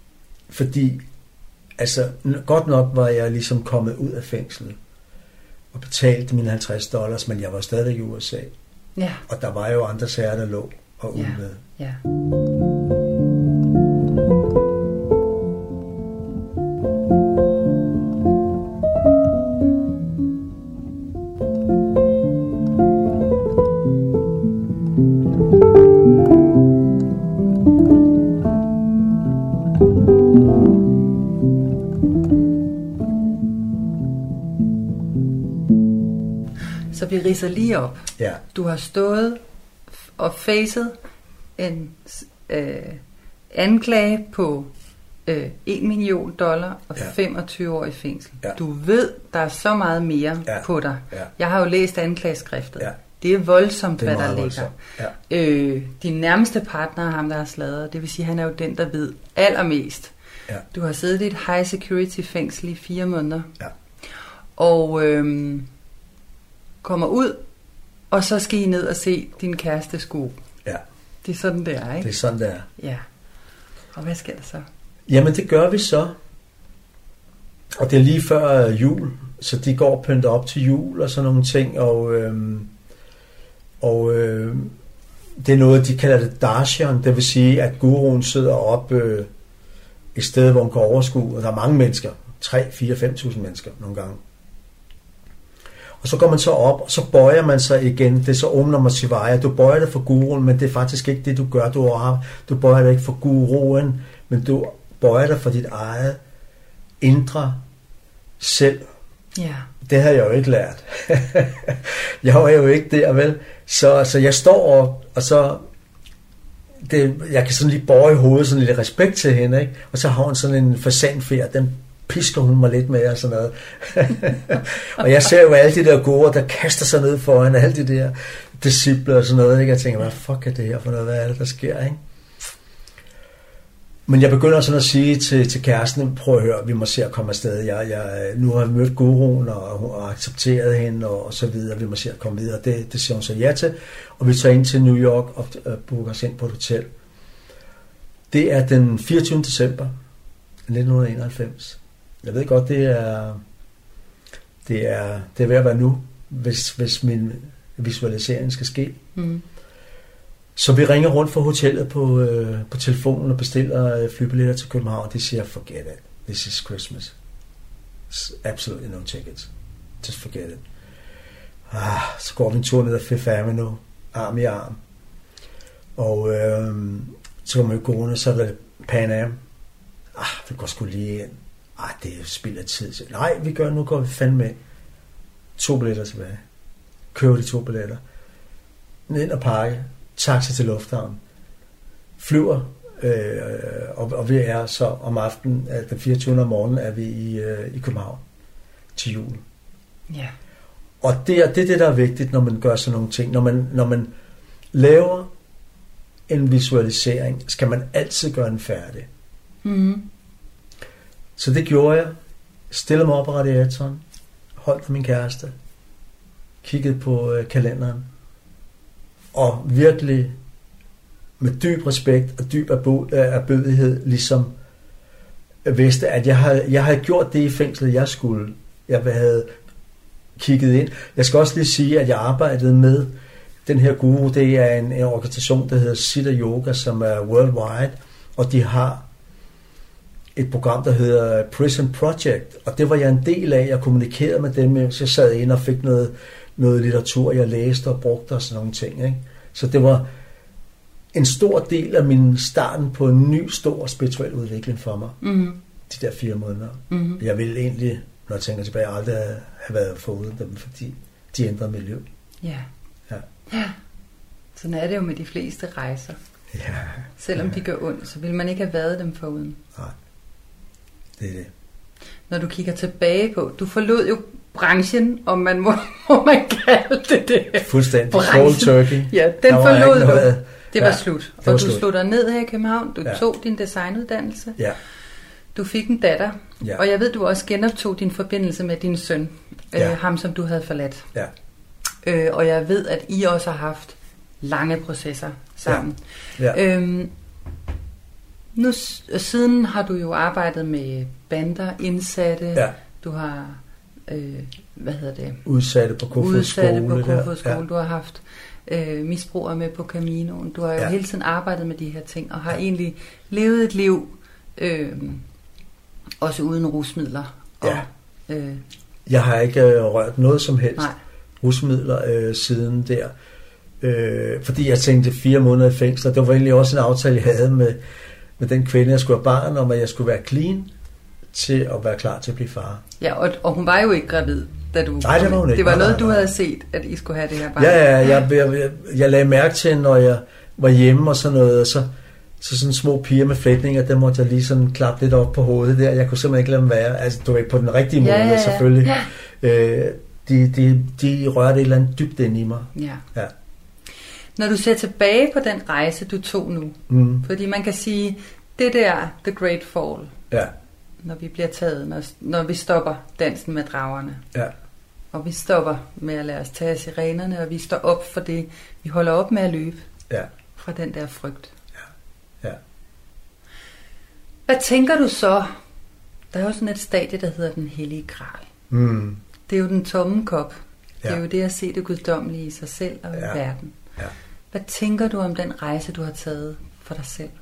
Fordi altså godt nok var jeg ligesom kommet ud af fængslet. og betalte mine halvtreds dollars, men jeg var stadig i U S A. Ja. Og der var jo andre sager, der lå og Ja. udlede. Ja. Så vi ridser lige op. Ja. Du har stået og facet en øh, anklage på øh, en million dollar og Ja. femogtyve år i fængsel. Ja. Du ved, der er så meget mere Ja. på dig. Ja. Jeg har jo læst anklageskriftet. Ja. Det er voldsomt, Det er hvad der meget ligger. voldsomt. Ja. Øh, din nærmeste partner er ham, der har sladret. Det vil sige, at han er jo den, der ved allermest. Ja. Du har siddet i et high security fængsel i fire måneder. Ja. Og øhm, kommer ud, og så skal I ned og se din kæreste sko. Ja. Det er sådan, det er, ikke? Det er sådan, det er. Ja. Og hvad sker der så? Jamen, det gør vi så. Og det er lige før jul, så de går og pynter op til jul og sådan nogle ting, og, øhm, og øhm, det er noget, de kalder det darshan, det vil sige, at guruen sidder op øh, et sted, hvor hun kan overskue, og der er mange mennesker, tre, fire, fem tusind mennesker nogle gange. Og så går man så op, og så bøjer man sig igen. Det er så Om Namah Shivaya. Du bøjer dig for guruen, men det er faktisk ikke det, du gør. Du, har, du bøjer dig ikke for guruen, men du bøjer dig for dit eget indre selv. Ja. Det har jeg jo ikke lært. Jeg var jo ikke der, vel? Så, så jeg står op, og så... Det, jeg kan sådan lige bøje hovedet, sådan lidt respekt til hende, ikke? Og så har hun sådan en fasanfjer, den pisker hun mig lidt med og sådan noget. Og jeg ser jo alle de der gode, der kaster sig ned foran, alle de der disciple og sådan noget, ikke? Jeg tænker, hvad fuck er det her for noget? Hvad er det, der sker, ikke? Men jeg begynder sådan at sige til, til kæresten, prøv at høre, vi må se at komme afsted. Jeg, jeg, nu har vi mødt guruen og, og accepteret hende og, og så videre. Vi må se at komme videre. Det, det siger hun så ja til. Og vi tager ind til New York og uh, booker os ind på et hotel. Det er den fireogtyvende december nitten enoghalvfems. Jeg ved godt, det er, det er, det er ved at være nu, hvis, hvis min visualisering skal ske. Mm. Så vi ringer rundt for hotellet på, øh, på telefonen og bestiller øh, flybilletter til København. De siger, forget it. This is Christmas. Absolutely no tickets. Just forget it. Ah, så går vi en tur ned ad Fifth Avenue, arm i arm. Og øh, så kommer vi gående, så er der Pan Am. Ah, vi går sgu lige ind. Ah, det er jo spild af tid. Nej, vi gør, nu går vi fandme med. To billetter tilbage. Køber de to billetter. Ned og pakke. Taxa til lufthavnen. Flyver. Øh, og, og vi er så om aftenen, den fireogtyvende om morgenen, er vi i, øh, i København til jul. Ja. Og det er, det er det, der er vigtigt, når man gør sådan nogle ting. Når man, når man laver en visualisering, skal man altid gøre den færdig. Mm-hmm. Så det gjorde jeg. Stillede mig op på radiatoren. Holdt for min kæreste. Kiggede på øh, kalenderen. Og virkelig med dyb respekt og dyb erbødighed ligesom vidste, at jeg havde, jeg havde gjort det i fængslet, jeg skulle. Jeg havde kigget ind. Jeg skal også lige sige, at jeg arbejdede med den her guru. Det er en, en organisation, der hedder Siddha Yoga, som er worldwide, og de har et program, der hedder Prison Project, og det var jeg en del af. Jeg kommunikerede med dem, så jeg sad ind og fik noget, noget litteratur, jeg læste og brugte og sådan nogle ting, ikke? Så det var en stor del af min starten på en ny, stor spirituel udvikling for mig. Mm-hmm. De der fire måneder. Mm-hmm. Jeg ville egentlig, når jeg tænker tilbage, aldrig have været foruden dem, fordi de ændrede mit liv. Ja. Ja. Ja. Sådan er det jo med de fleste rejser. Ja. Selvom ja. de gør ondt, så vil man ikke have været dem foruden. Nej. Det er det. Når du kigger tilbage på, du forlod jo branchen, om man må, må man kalde det det. Fuldstændig. Cold turkey. Ja, den forlod du. Noget. Det var ja, slut. Det var og du slut. slog dig ned her i København. Du ja. tog din designuddannelse. Ja. Du fik en datter. Ja. Og jeg ved, du også genoptog din forbindelse med din søn. Ja. Øh, ham, som du havde forladt. Ja. Øh, og jeg ved, at I også har haft lange processer sammen. Ja. Ja. Øhm, nu siden har du jo arbejdet med bander, indsatte. Ja. Du har øh, hvad hedder det? Udsatte på Kofoeds skole. Udsatte på Kofoeds skole. Ja. Du har haft øh, misbrugere med på Caminoen. Du har jo ja. hele tiden arbejdet med de her ting, og har ja. egentlig levet et liv, øh, også uden rusmidler. Og, ja. øh, Jeg har ikke øh, rørt noget som helst nej. rusmidler øh, siden der. Øh, fordi jeg tænkte fire måneder i fængsel. Det var egentlig også en aftale, jeg havde med, med den kvinde, jeg skulle have barn, om at jeg skulle være clean til at være klar til at blive far. Ja, og, og hun var jo ikke gravid, da du... Nej, det var hun ikke. Det var nej, noget, nej, du nej. havde set, at I skulle have det her barn. Ja, ja, jeg, jeg, jeg, jeg lagde mærke til, når jeg var hjemme og sådan noget, og så, så sådan små piger med flætninger, der måtte jeg lige sådan klappe lidt op på hovedet der. Jeg kunne simpelthen ikke lade dem være. Altså, du er på den rigtige måde, ja, ja, ja. selvfølgelig. Ja. Øh, de, de, de rørte et eller andet dybt ind i mig. Ja. Ja. Når du ser tilbage på den rejse, du tog nu, mm. fordi man kan sige, det der, The Great Fall, ja. når vi bliver taget, når, når vi stopper dansen med dragerne, ja. og vi stopper med at lade os tage sirenerne, og vi står op for det, vi holder op med at løbe ja. fra den der frygt. Ja. Ja. Hvad tænker du så? Der er jo sådan et stadie, der hedder den hellige gral. Mm. Det er jo den tomme kop. Det er ja. jo det at se det guddommelige i sig selv og i ja. verden. Ja. Hvad tænker du om den rejse, du har taget for dig selv?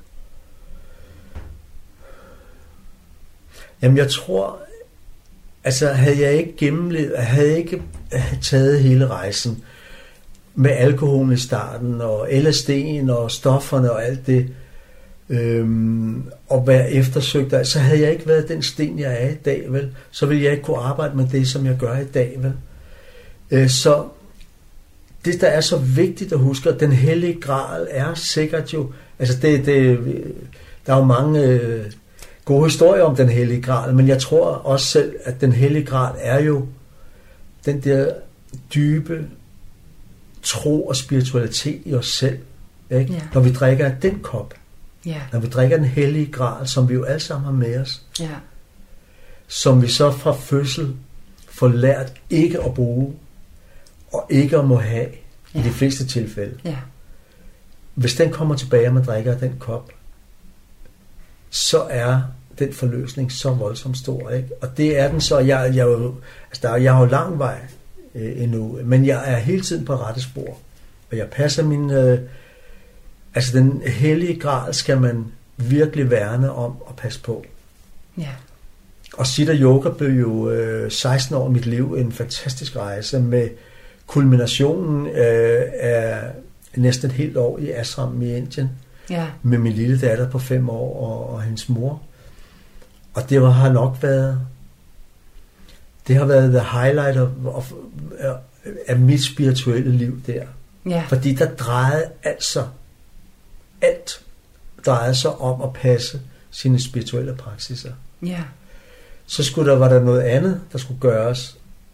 Jamen jeg tror, altså havde jeg ikke gennemlevet, havde jeg ikke taget hele rejsen med alkoholen i starten, og L S D'en og stofferne og alt det, øhm, og være eftersøgt, så havde jeg ikke været den sten, jeg er i dag, vel? Så ville jeg ikke kunne arbejde med det, som jeg gør i dag, vel? Øh, så det, der er så vigtigt at huske, at den hellige gral er sikkert jo, altså det, det, der er jo mange øh, gode historier om den hellige gral, men jeg tror også selv, at den hellige gral er jo den der dybe tro og spiritualitet i os selv, ikke? Ja. Når vi drikker af den kop, ja. når vi drikker den hellige gral, som vi jo alle sammen har med os, ja. som vi så fra fødsel får lært ikke at bruge, og ikke at må have, ja. i de fleste tilfælde. Ja. Hvis den kommer tilbage, og man drikker af den kop, så er den forløsning så voldsomt stor, ikke? Og det er den så, jeg, jeg, altså der, jeg har jo lang vej øh, endnu, men jeg er hele tiden på rette spor, og jeg passer min, øh, altså den hellige gral skal man virkelig værne om og passe på. Ja. Og Siddha Yoga blev jo øh, seksten år i mit liv en fantastisk rejse med kulminationen øh, af næsten et helt år i ashram i Indien, ja. med min lille datter på fem år og, og hendes mor. Og det var, har nok været det har været the highlight af, af, af mit spirituelle liv der. Ja. Fordi der drejede altså alt drejede sig om at passe sine spirituelle praksiser. Ja. Så skulle der, var der noget andet, der skulle gøres.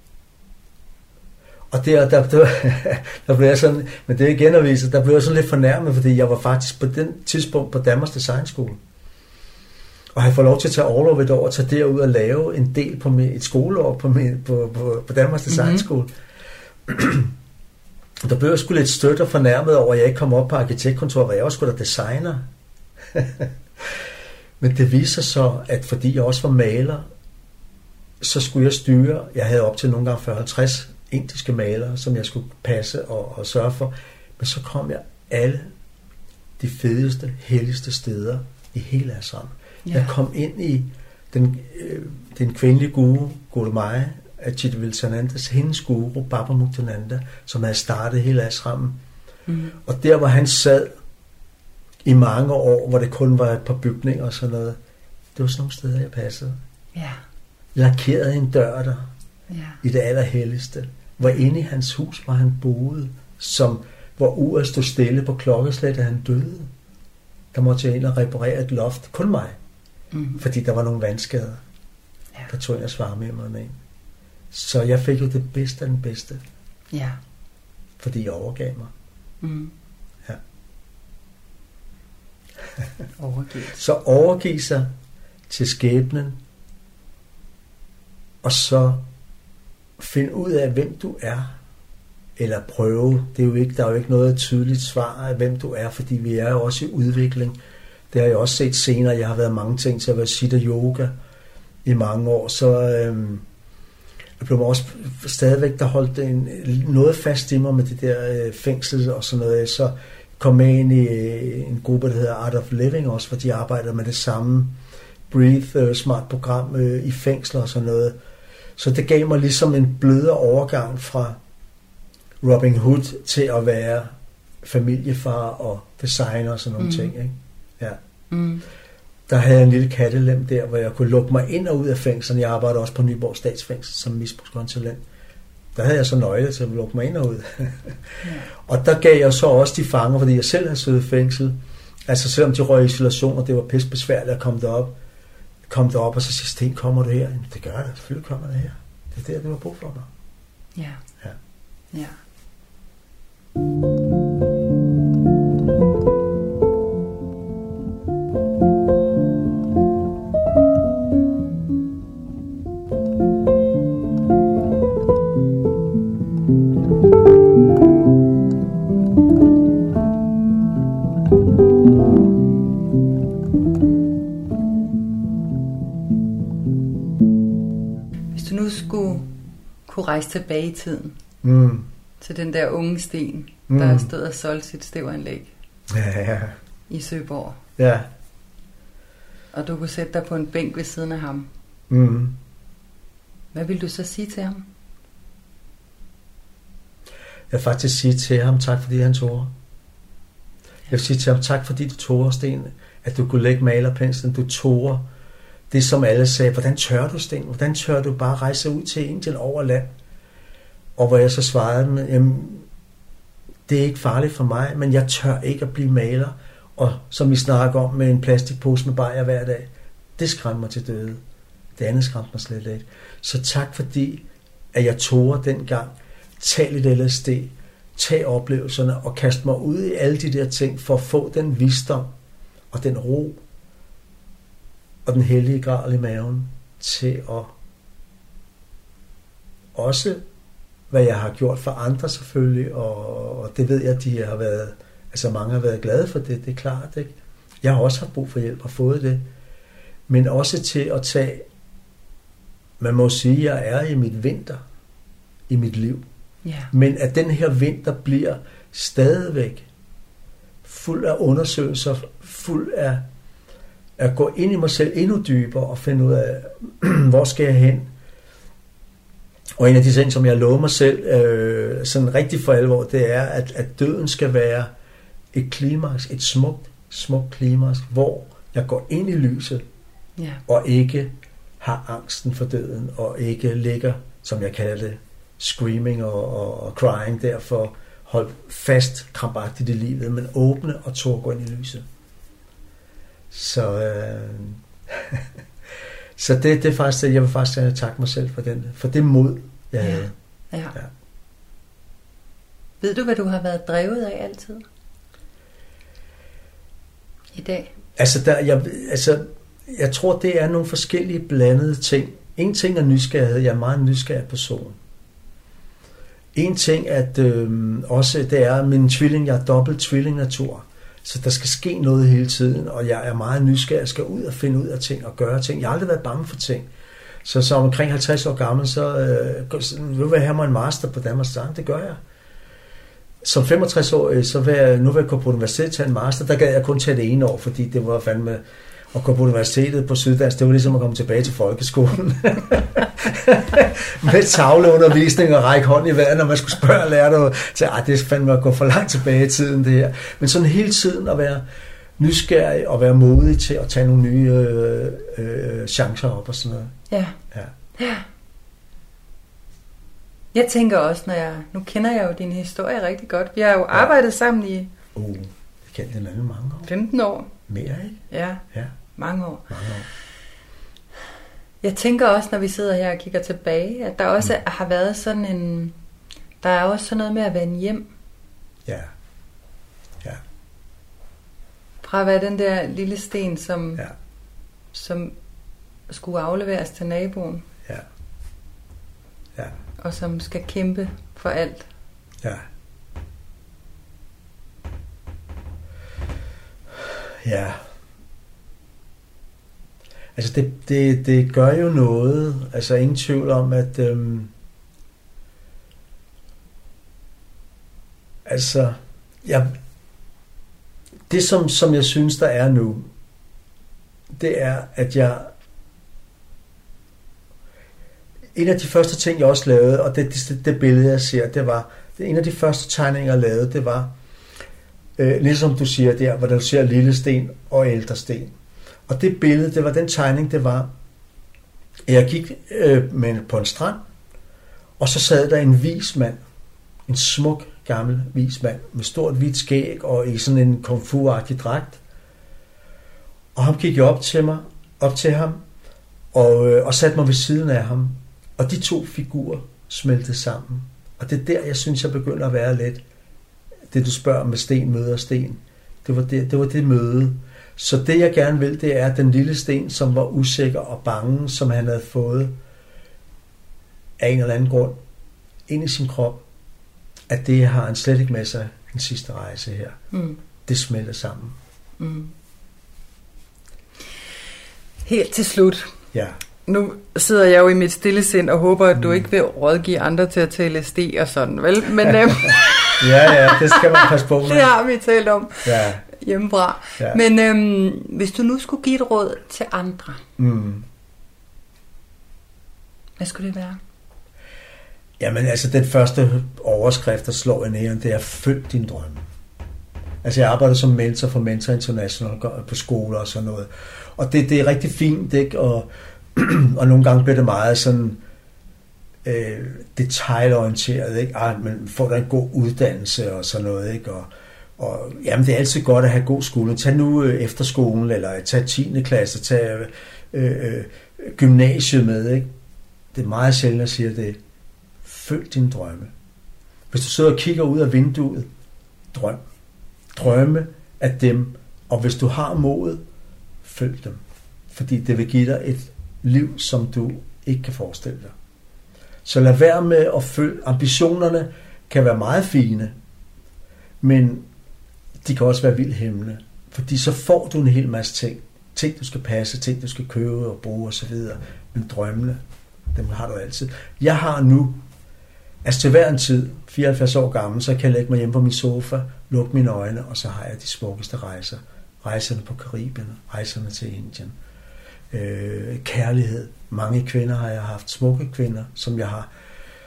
Og der, der, der, der blev jeg sådan, men det er igen at vise, der blev jeg sådan lidt fornærmet, fordi jeg var faktisk på den tidspunkt på Danmarks Designskole. Og jeg får lov til at tage overlov et år og tage derud og lave en del på min, et skoleår på, min, på, på, på Danmarks Designskole. Mm-hmm. Der blev jeg sgu lidt stødt og fornærmet over, at jeg ikke kom op på arkitektkontoret, hvor jeg også skulle da designer. Men det viser så, at fordi jeg også var maler, så skulle jeg styre, jeg havde op til nogle gange fyrre halvtreds indiske malere, som jeg skulle passe og, og sørge for. Men så kom jeg alle de fedeste, helligste steder i hele Assam. Ja. Jeg kom ind i den, øh, den kvindelige guru, Guru Maya, Ajit Vilsanandas, hendes guru, Baba Muktananda, som havde startet hele Ashrammen. Mm. Og der, hvor han sad i mange år, hvor det kun var et par bygninger og sådan noget, det var sådan nogle steder, jeg passede. Ja. Lakerede en dør der, ja. i det allerhelligste. Hvor inde i hans hus, hvor han boede, som, hvor uret stod stille på klokkeslæt, da han døde. Der måtte jeg ind og reparere et loft, kun mig. Mm. Fordi der var nogle vandskader. Ja. Der tog jeg at svare med mig ind. Så jeg fik jo det bedste af den bedste. Ja. Fordi jeg overgav mig. Mm. Ja. Overgivet. Så overgive sig til skæbnen, og så finde ud af, hvem du er, eller prøve. Det er jo ikke, der er jo ikke noget tydeligt svar af, hvem du er, fordi vi er jo også i udvikling. Det har jeg også set senere. Jeg har været mange ting til at være Siddha Yoga i mange år, så øhm, Jeg blev også stadigvæk, der holdt en, noget fast i mig med det der øh, fængsel og sådan noget. Så kom med ind i øh, en gruppe, der hedder Art of Living også, hvor de arbejder med det samme Breathe øh, smart program øh, i fængsler og sådan noget. Så det gav mig ligesom en blødere overgang fra Robin Hood til at være familiefar og designer og sådan nogle mm. ting. Ikke? Ja. Mm. Der havde jeg en lille kattelem der, hvor jeg kunne lukke mig ind og ud af fængslerne. Jeg arbejdede også på Nyborg Statsfængsel som misbrugskonsulent. Der havde jeg så nøgle til at lukke mig ind og ud. ja. Og der gav jeg så også de fanger, fordi jeg selv havde siddet i fængsel. Altså selvom de røg i isolation, og det var pisse besværligt at komme derop. Kom derop og så siger Sten, kommer du her? Jamen, det gør jeg, selvfølgelig kommer det her. Det er der, du har brug for mig. Ja. Ja. Ja. Kunne rejse tilbage i tiden mm. til den der unge Sten, mm. der stod og solgte sit stævanlæg ja, ja. i Søborg. Ja. Og du kunne sætte dig på en bænk ved siden af ham. Mm. Hvad vil du så sige til ham? Jeg vil faktisk sige til ham, tak fordi han tog. Jeg vil sige til ham, tak fordi du tog, Sten, at du kunne lægge malerpenslen, du tog. Det som alle sagde, hvordan tør du, Sten? Hvordan tør du bare rejse ud til Indien over land? Og hvor jeg så svarede med, jamen, det er ikke farligt for mig, men jeg tør ikke at blive maler. Og som vi snakker om med en plastikpose med bajer hver dag, det skræmmer mig til døde. Det andet skræmmer mig slet ikke. Så tak fordi, at jeg tog dengang, tag lidt L S D, tag oplevelserne og kast mig ud i alle de der ting, for at få den visdom og den ro, og den hellige gral i maven til at også, hvad jeg har gjort for andre selvfølgelig, og, og det ved jeg, at de har været, altså mange har været glade for det, det er klart, ikke? Jeg har også haft brug for hjælp og fået det, men også til at tage, man må sige, at jeg er i mit vinter, i mit liv, yeah. men at den her vinter bliver stadigvæk fuld af undersøgelser, fuld af at gå ind i mig selv endnu dybere og finde ud af, hvor skal jeg hen? Og en af de ting, som jeg lover mig selv, øh, sådan rigtig for alvor, det er, at, at døden skal være et klimaks, et smukt, smukt klimaks, hvor jeg går ind i lyset, ja. og ikke har angsten for døden, og ikke ligger, som jeg kalder det, screaming og, og, og crying, derfor hold fast krampagtigt i livet, men åbne og tør gå ind i lyset. Så, øh, så det, det er faktisk det, jeg vil faktisk takke mig selv for, den, for det mod, jeg ja. havde. Ja. Ja. Ved du, hvad du har været drevet af altid? I dag? Altså, der, jeg, altså, jeg tror, det er nogle forskellige blandede ting. En ting er nysgerrighed. Jeg er en meget nysgerrig person. En ting, at øh, også det er min tvilling, jeg er dobbelt tvillingnatur. Så der skal ske noget hele tiden, og jeg er meget nysgerrig. Jeg skal ud og finde ud af ting og gøre ting. Jeg har aldrig været bange for ting. Så som omkring halvtreds år gammel, så øh, vil jeg have mig en master på Danmarks Sang. Det gør jeg. Som femogtres år, så vil jeg, nu vil jeg gå på universitetet tage en master. Der gad jeg kun tage det ene år, fordi det var fandme at gå på universitetet på Syddansk. Det var ligesom at komme tilbage til folkeskolen. Med tavleundervisning og række hånd i vejret, når man skulle spørge lærere. Så ah, det er fandme at gå for langt tilbage i tiden, det her. Men sådan hele tiden at være nysgerrig og være modig til at tage nogle nye øh, øh, chancer op og sådan noget. Ja. Ja. Ja. Jeg tænker også, når jeg... Nu kender jeg jo din historie rigtig godt. Vi har jo arbejdet ja. sammen i... Uh, vi kendte hinanden mange år. femten år. Mere, ikke? Ja, ja. mange år. Mange år. Jeg tænker også, når vi sidder her og kigger tilbage, at der også mm. har været sådan en... Der er også sådan noget med at vende hjem. Ja. Ja. Fra at være den der lille sten, som, ja. som skulle afleveres til naboen. Ja. Ja. Og som skal kæmpe for alt. Ja. Ja. Altså det, det, det gør jo noget, altså ingen tvivl om, at øhm, altså, jeg, det som, som jeg synes, der er nu, det er, at jeg, en af de første ting, jeg også lavede, og det, det, det billede, jeg ser, det var, det, en af de første tegninger, jeg lavede, det var, øh, ligesom du siger der, hvor du ser lille sten og ældre sten. Og det billede, det var den tegning, det var, jeg gik øh, med, på en strand, og så sad der en vis mand, en smuk, gammel vis mand, med stort hvidt skæg og i sådan en kung fu-agtig dragt. Og han gik op til mig, op til ham, og, øh, og satte mig ved siden af ham. Og de to figurer smeltede sammen. Og det er der, jeg synes, jeg begynder at være lidt, det du spørger med sten møder sten. Det var det, det var det møde. Så det, jeg gerne vil, det er den lille sten, som var usikker og bange, som han havde fået af en eller anden grund ind i sin krop, at det har han slet ikke med sig den sidste rejse her. Mm. Det smelter sammen. Mm. Helt til slut. Ja. Nu sidder jeg jo i mit stille sind og håber, at du mm. ikke vil rådgive andre til at tale L S D og sådan, vel? Men, øhm, ja, ja, det skal man passe på med. Det har vi talt om ja. hjemmefra. Ja. Men øhm, hvis du nu skulle give et råd til andre, mm. hvad skulle det være? Jamen altså, den første overskrift, der slår i næren, det er følg din drømme. Altså jeg arbejder som mentor for Mentor International på skoler og sådan noget. Og det, det er rigtig fint, ikke? Og, og nogle gange bliver det meget sådan øh, detailorienteret, ikke? Ej, men får der en god uddannelse og sådan noget, ikke? Og, og jamen, det er altid godt at have god skole. Tag nu øh, efterskolen, eller tag tiende klasse, tag øh, øh, gymnasiet med, ikke? Det er meget sjældent, at sige det. Følg din drømme. Hvis du sidder og kigger ud af vinduet, drøm. Drømme af dem, og hvis du har modet, følg dem. Fordi det vil give dig et liv, som du ikke kan forestille dig. Så lad være med at følge. Ambitionerne kan være meget fine, men de kan også være vildt hæmmende. Fordi så får du en hel masse ting. Ting, du skal passe, ting, du skal købe og bruge osv. Men drømmene, dem har du altid. Jeg har nu, altså til hver en tid, fireoghalvfjerds år gammel, så kan jeg lægge mig hjem på min sofa, lukke mine øjne, og så har jeg de smukkeste rejser. Rejserne på Karibien, rejserne til Indien. Øh, kærlighed. Mange kvinder har jeg haft, smukke kvinder, som jeg har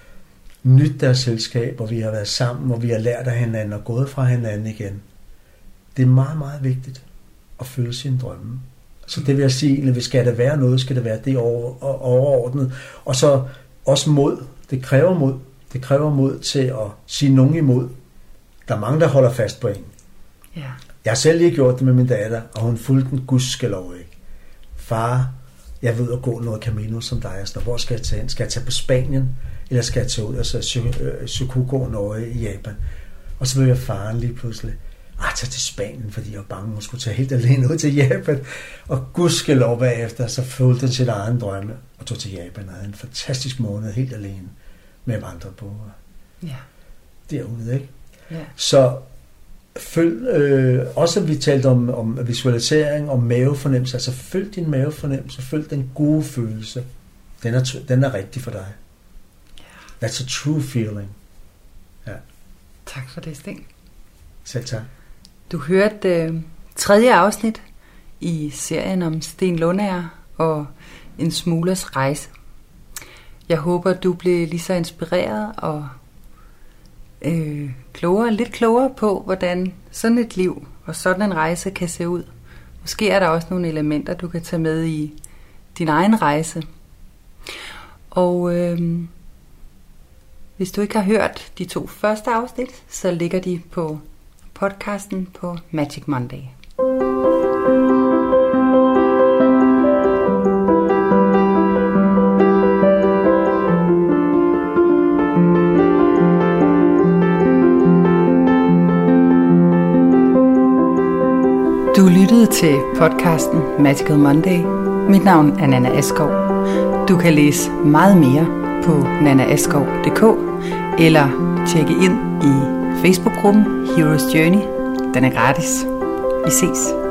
nydt deres selskab, og vi har været sammen, og vi har lært af hinanden og gået fra hinanden igen. Det er meget, meget vigtigt at følge sine drømme. Så det vil jeg sige, at hvis skal der være noget, skal det være det over, overordnet. Og så også mod. Det kræver mod. Det kræver mod til at sige nogen imod. Der er mange, der holder fast på en. Ja. Jeg har selv lige gjort det med min datter, og hun fulgte den gudskelov ikke. Far, jeg ved at gå noget Camino som dig. Så hvor skal jeg tage hen? Skal jeg tage på Spanien? Eller skal jeg tage ud og så Shikokugoen over i Japan? Og så vil jeg faren lige pludselig, ah, tage til Spanien, fordi jeg var bange, hun skulle tage helt alene ud til Japan. Og gudskelov bagefter, så fulgte den sin egen drømme og tog til Japan og havde en fantastisk måned helt alene med vandrebåde. Ja. Derude, ikke? Ja. Så følg, øh, også vi talte om, om visualisering og mavefornemmelse, altså følg din mavefornemmelse, følg den gode følelse. Den er, den er rigtig for dig. Ja. That's a true feeling. Ja. Tak for det, Sten. Selv tak. Du hørte øh, tredje afsnit i serien om Sten Lundager og en smuglers rejse. Jeg håber, du blev lige så inspireret og øh, klogere, lidt klogere på, hvordan sådan et liv og sådan en rejse kan se ud. Måske er der også nogle elementer, du kan tage med i din egen rejse. Og øh, hvis du ikke har hørt de to første afsnit, så ligger de på podcasten på Magic Monday. Du lyttede til podcasten Magical Monday. Mit navn er Nanna Askov. Du kan læse meget mere på nanna askov punktum d k eller tjekke ind i Facebook-gruppen Heroes Journey. Den er gratis. Vi ses.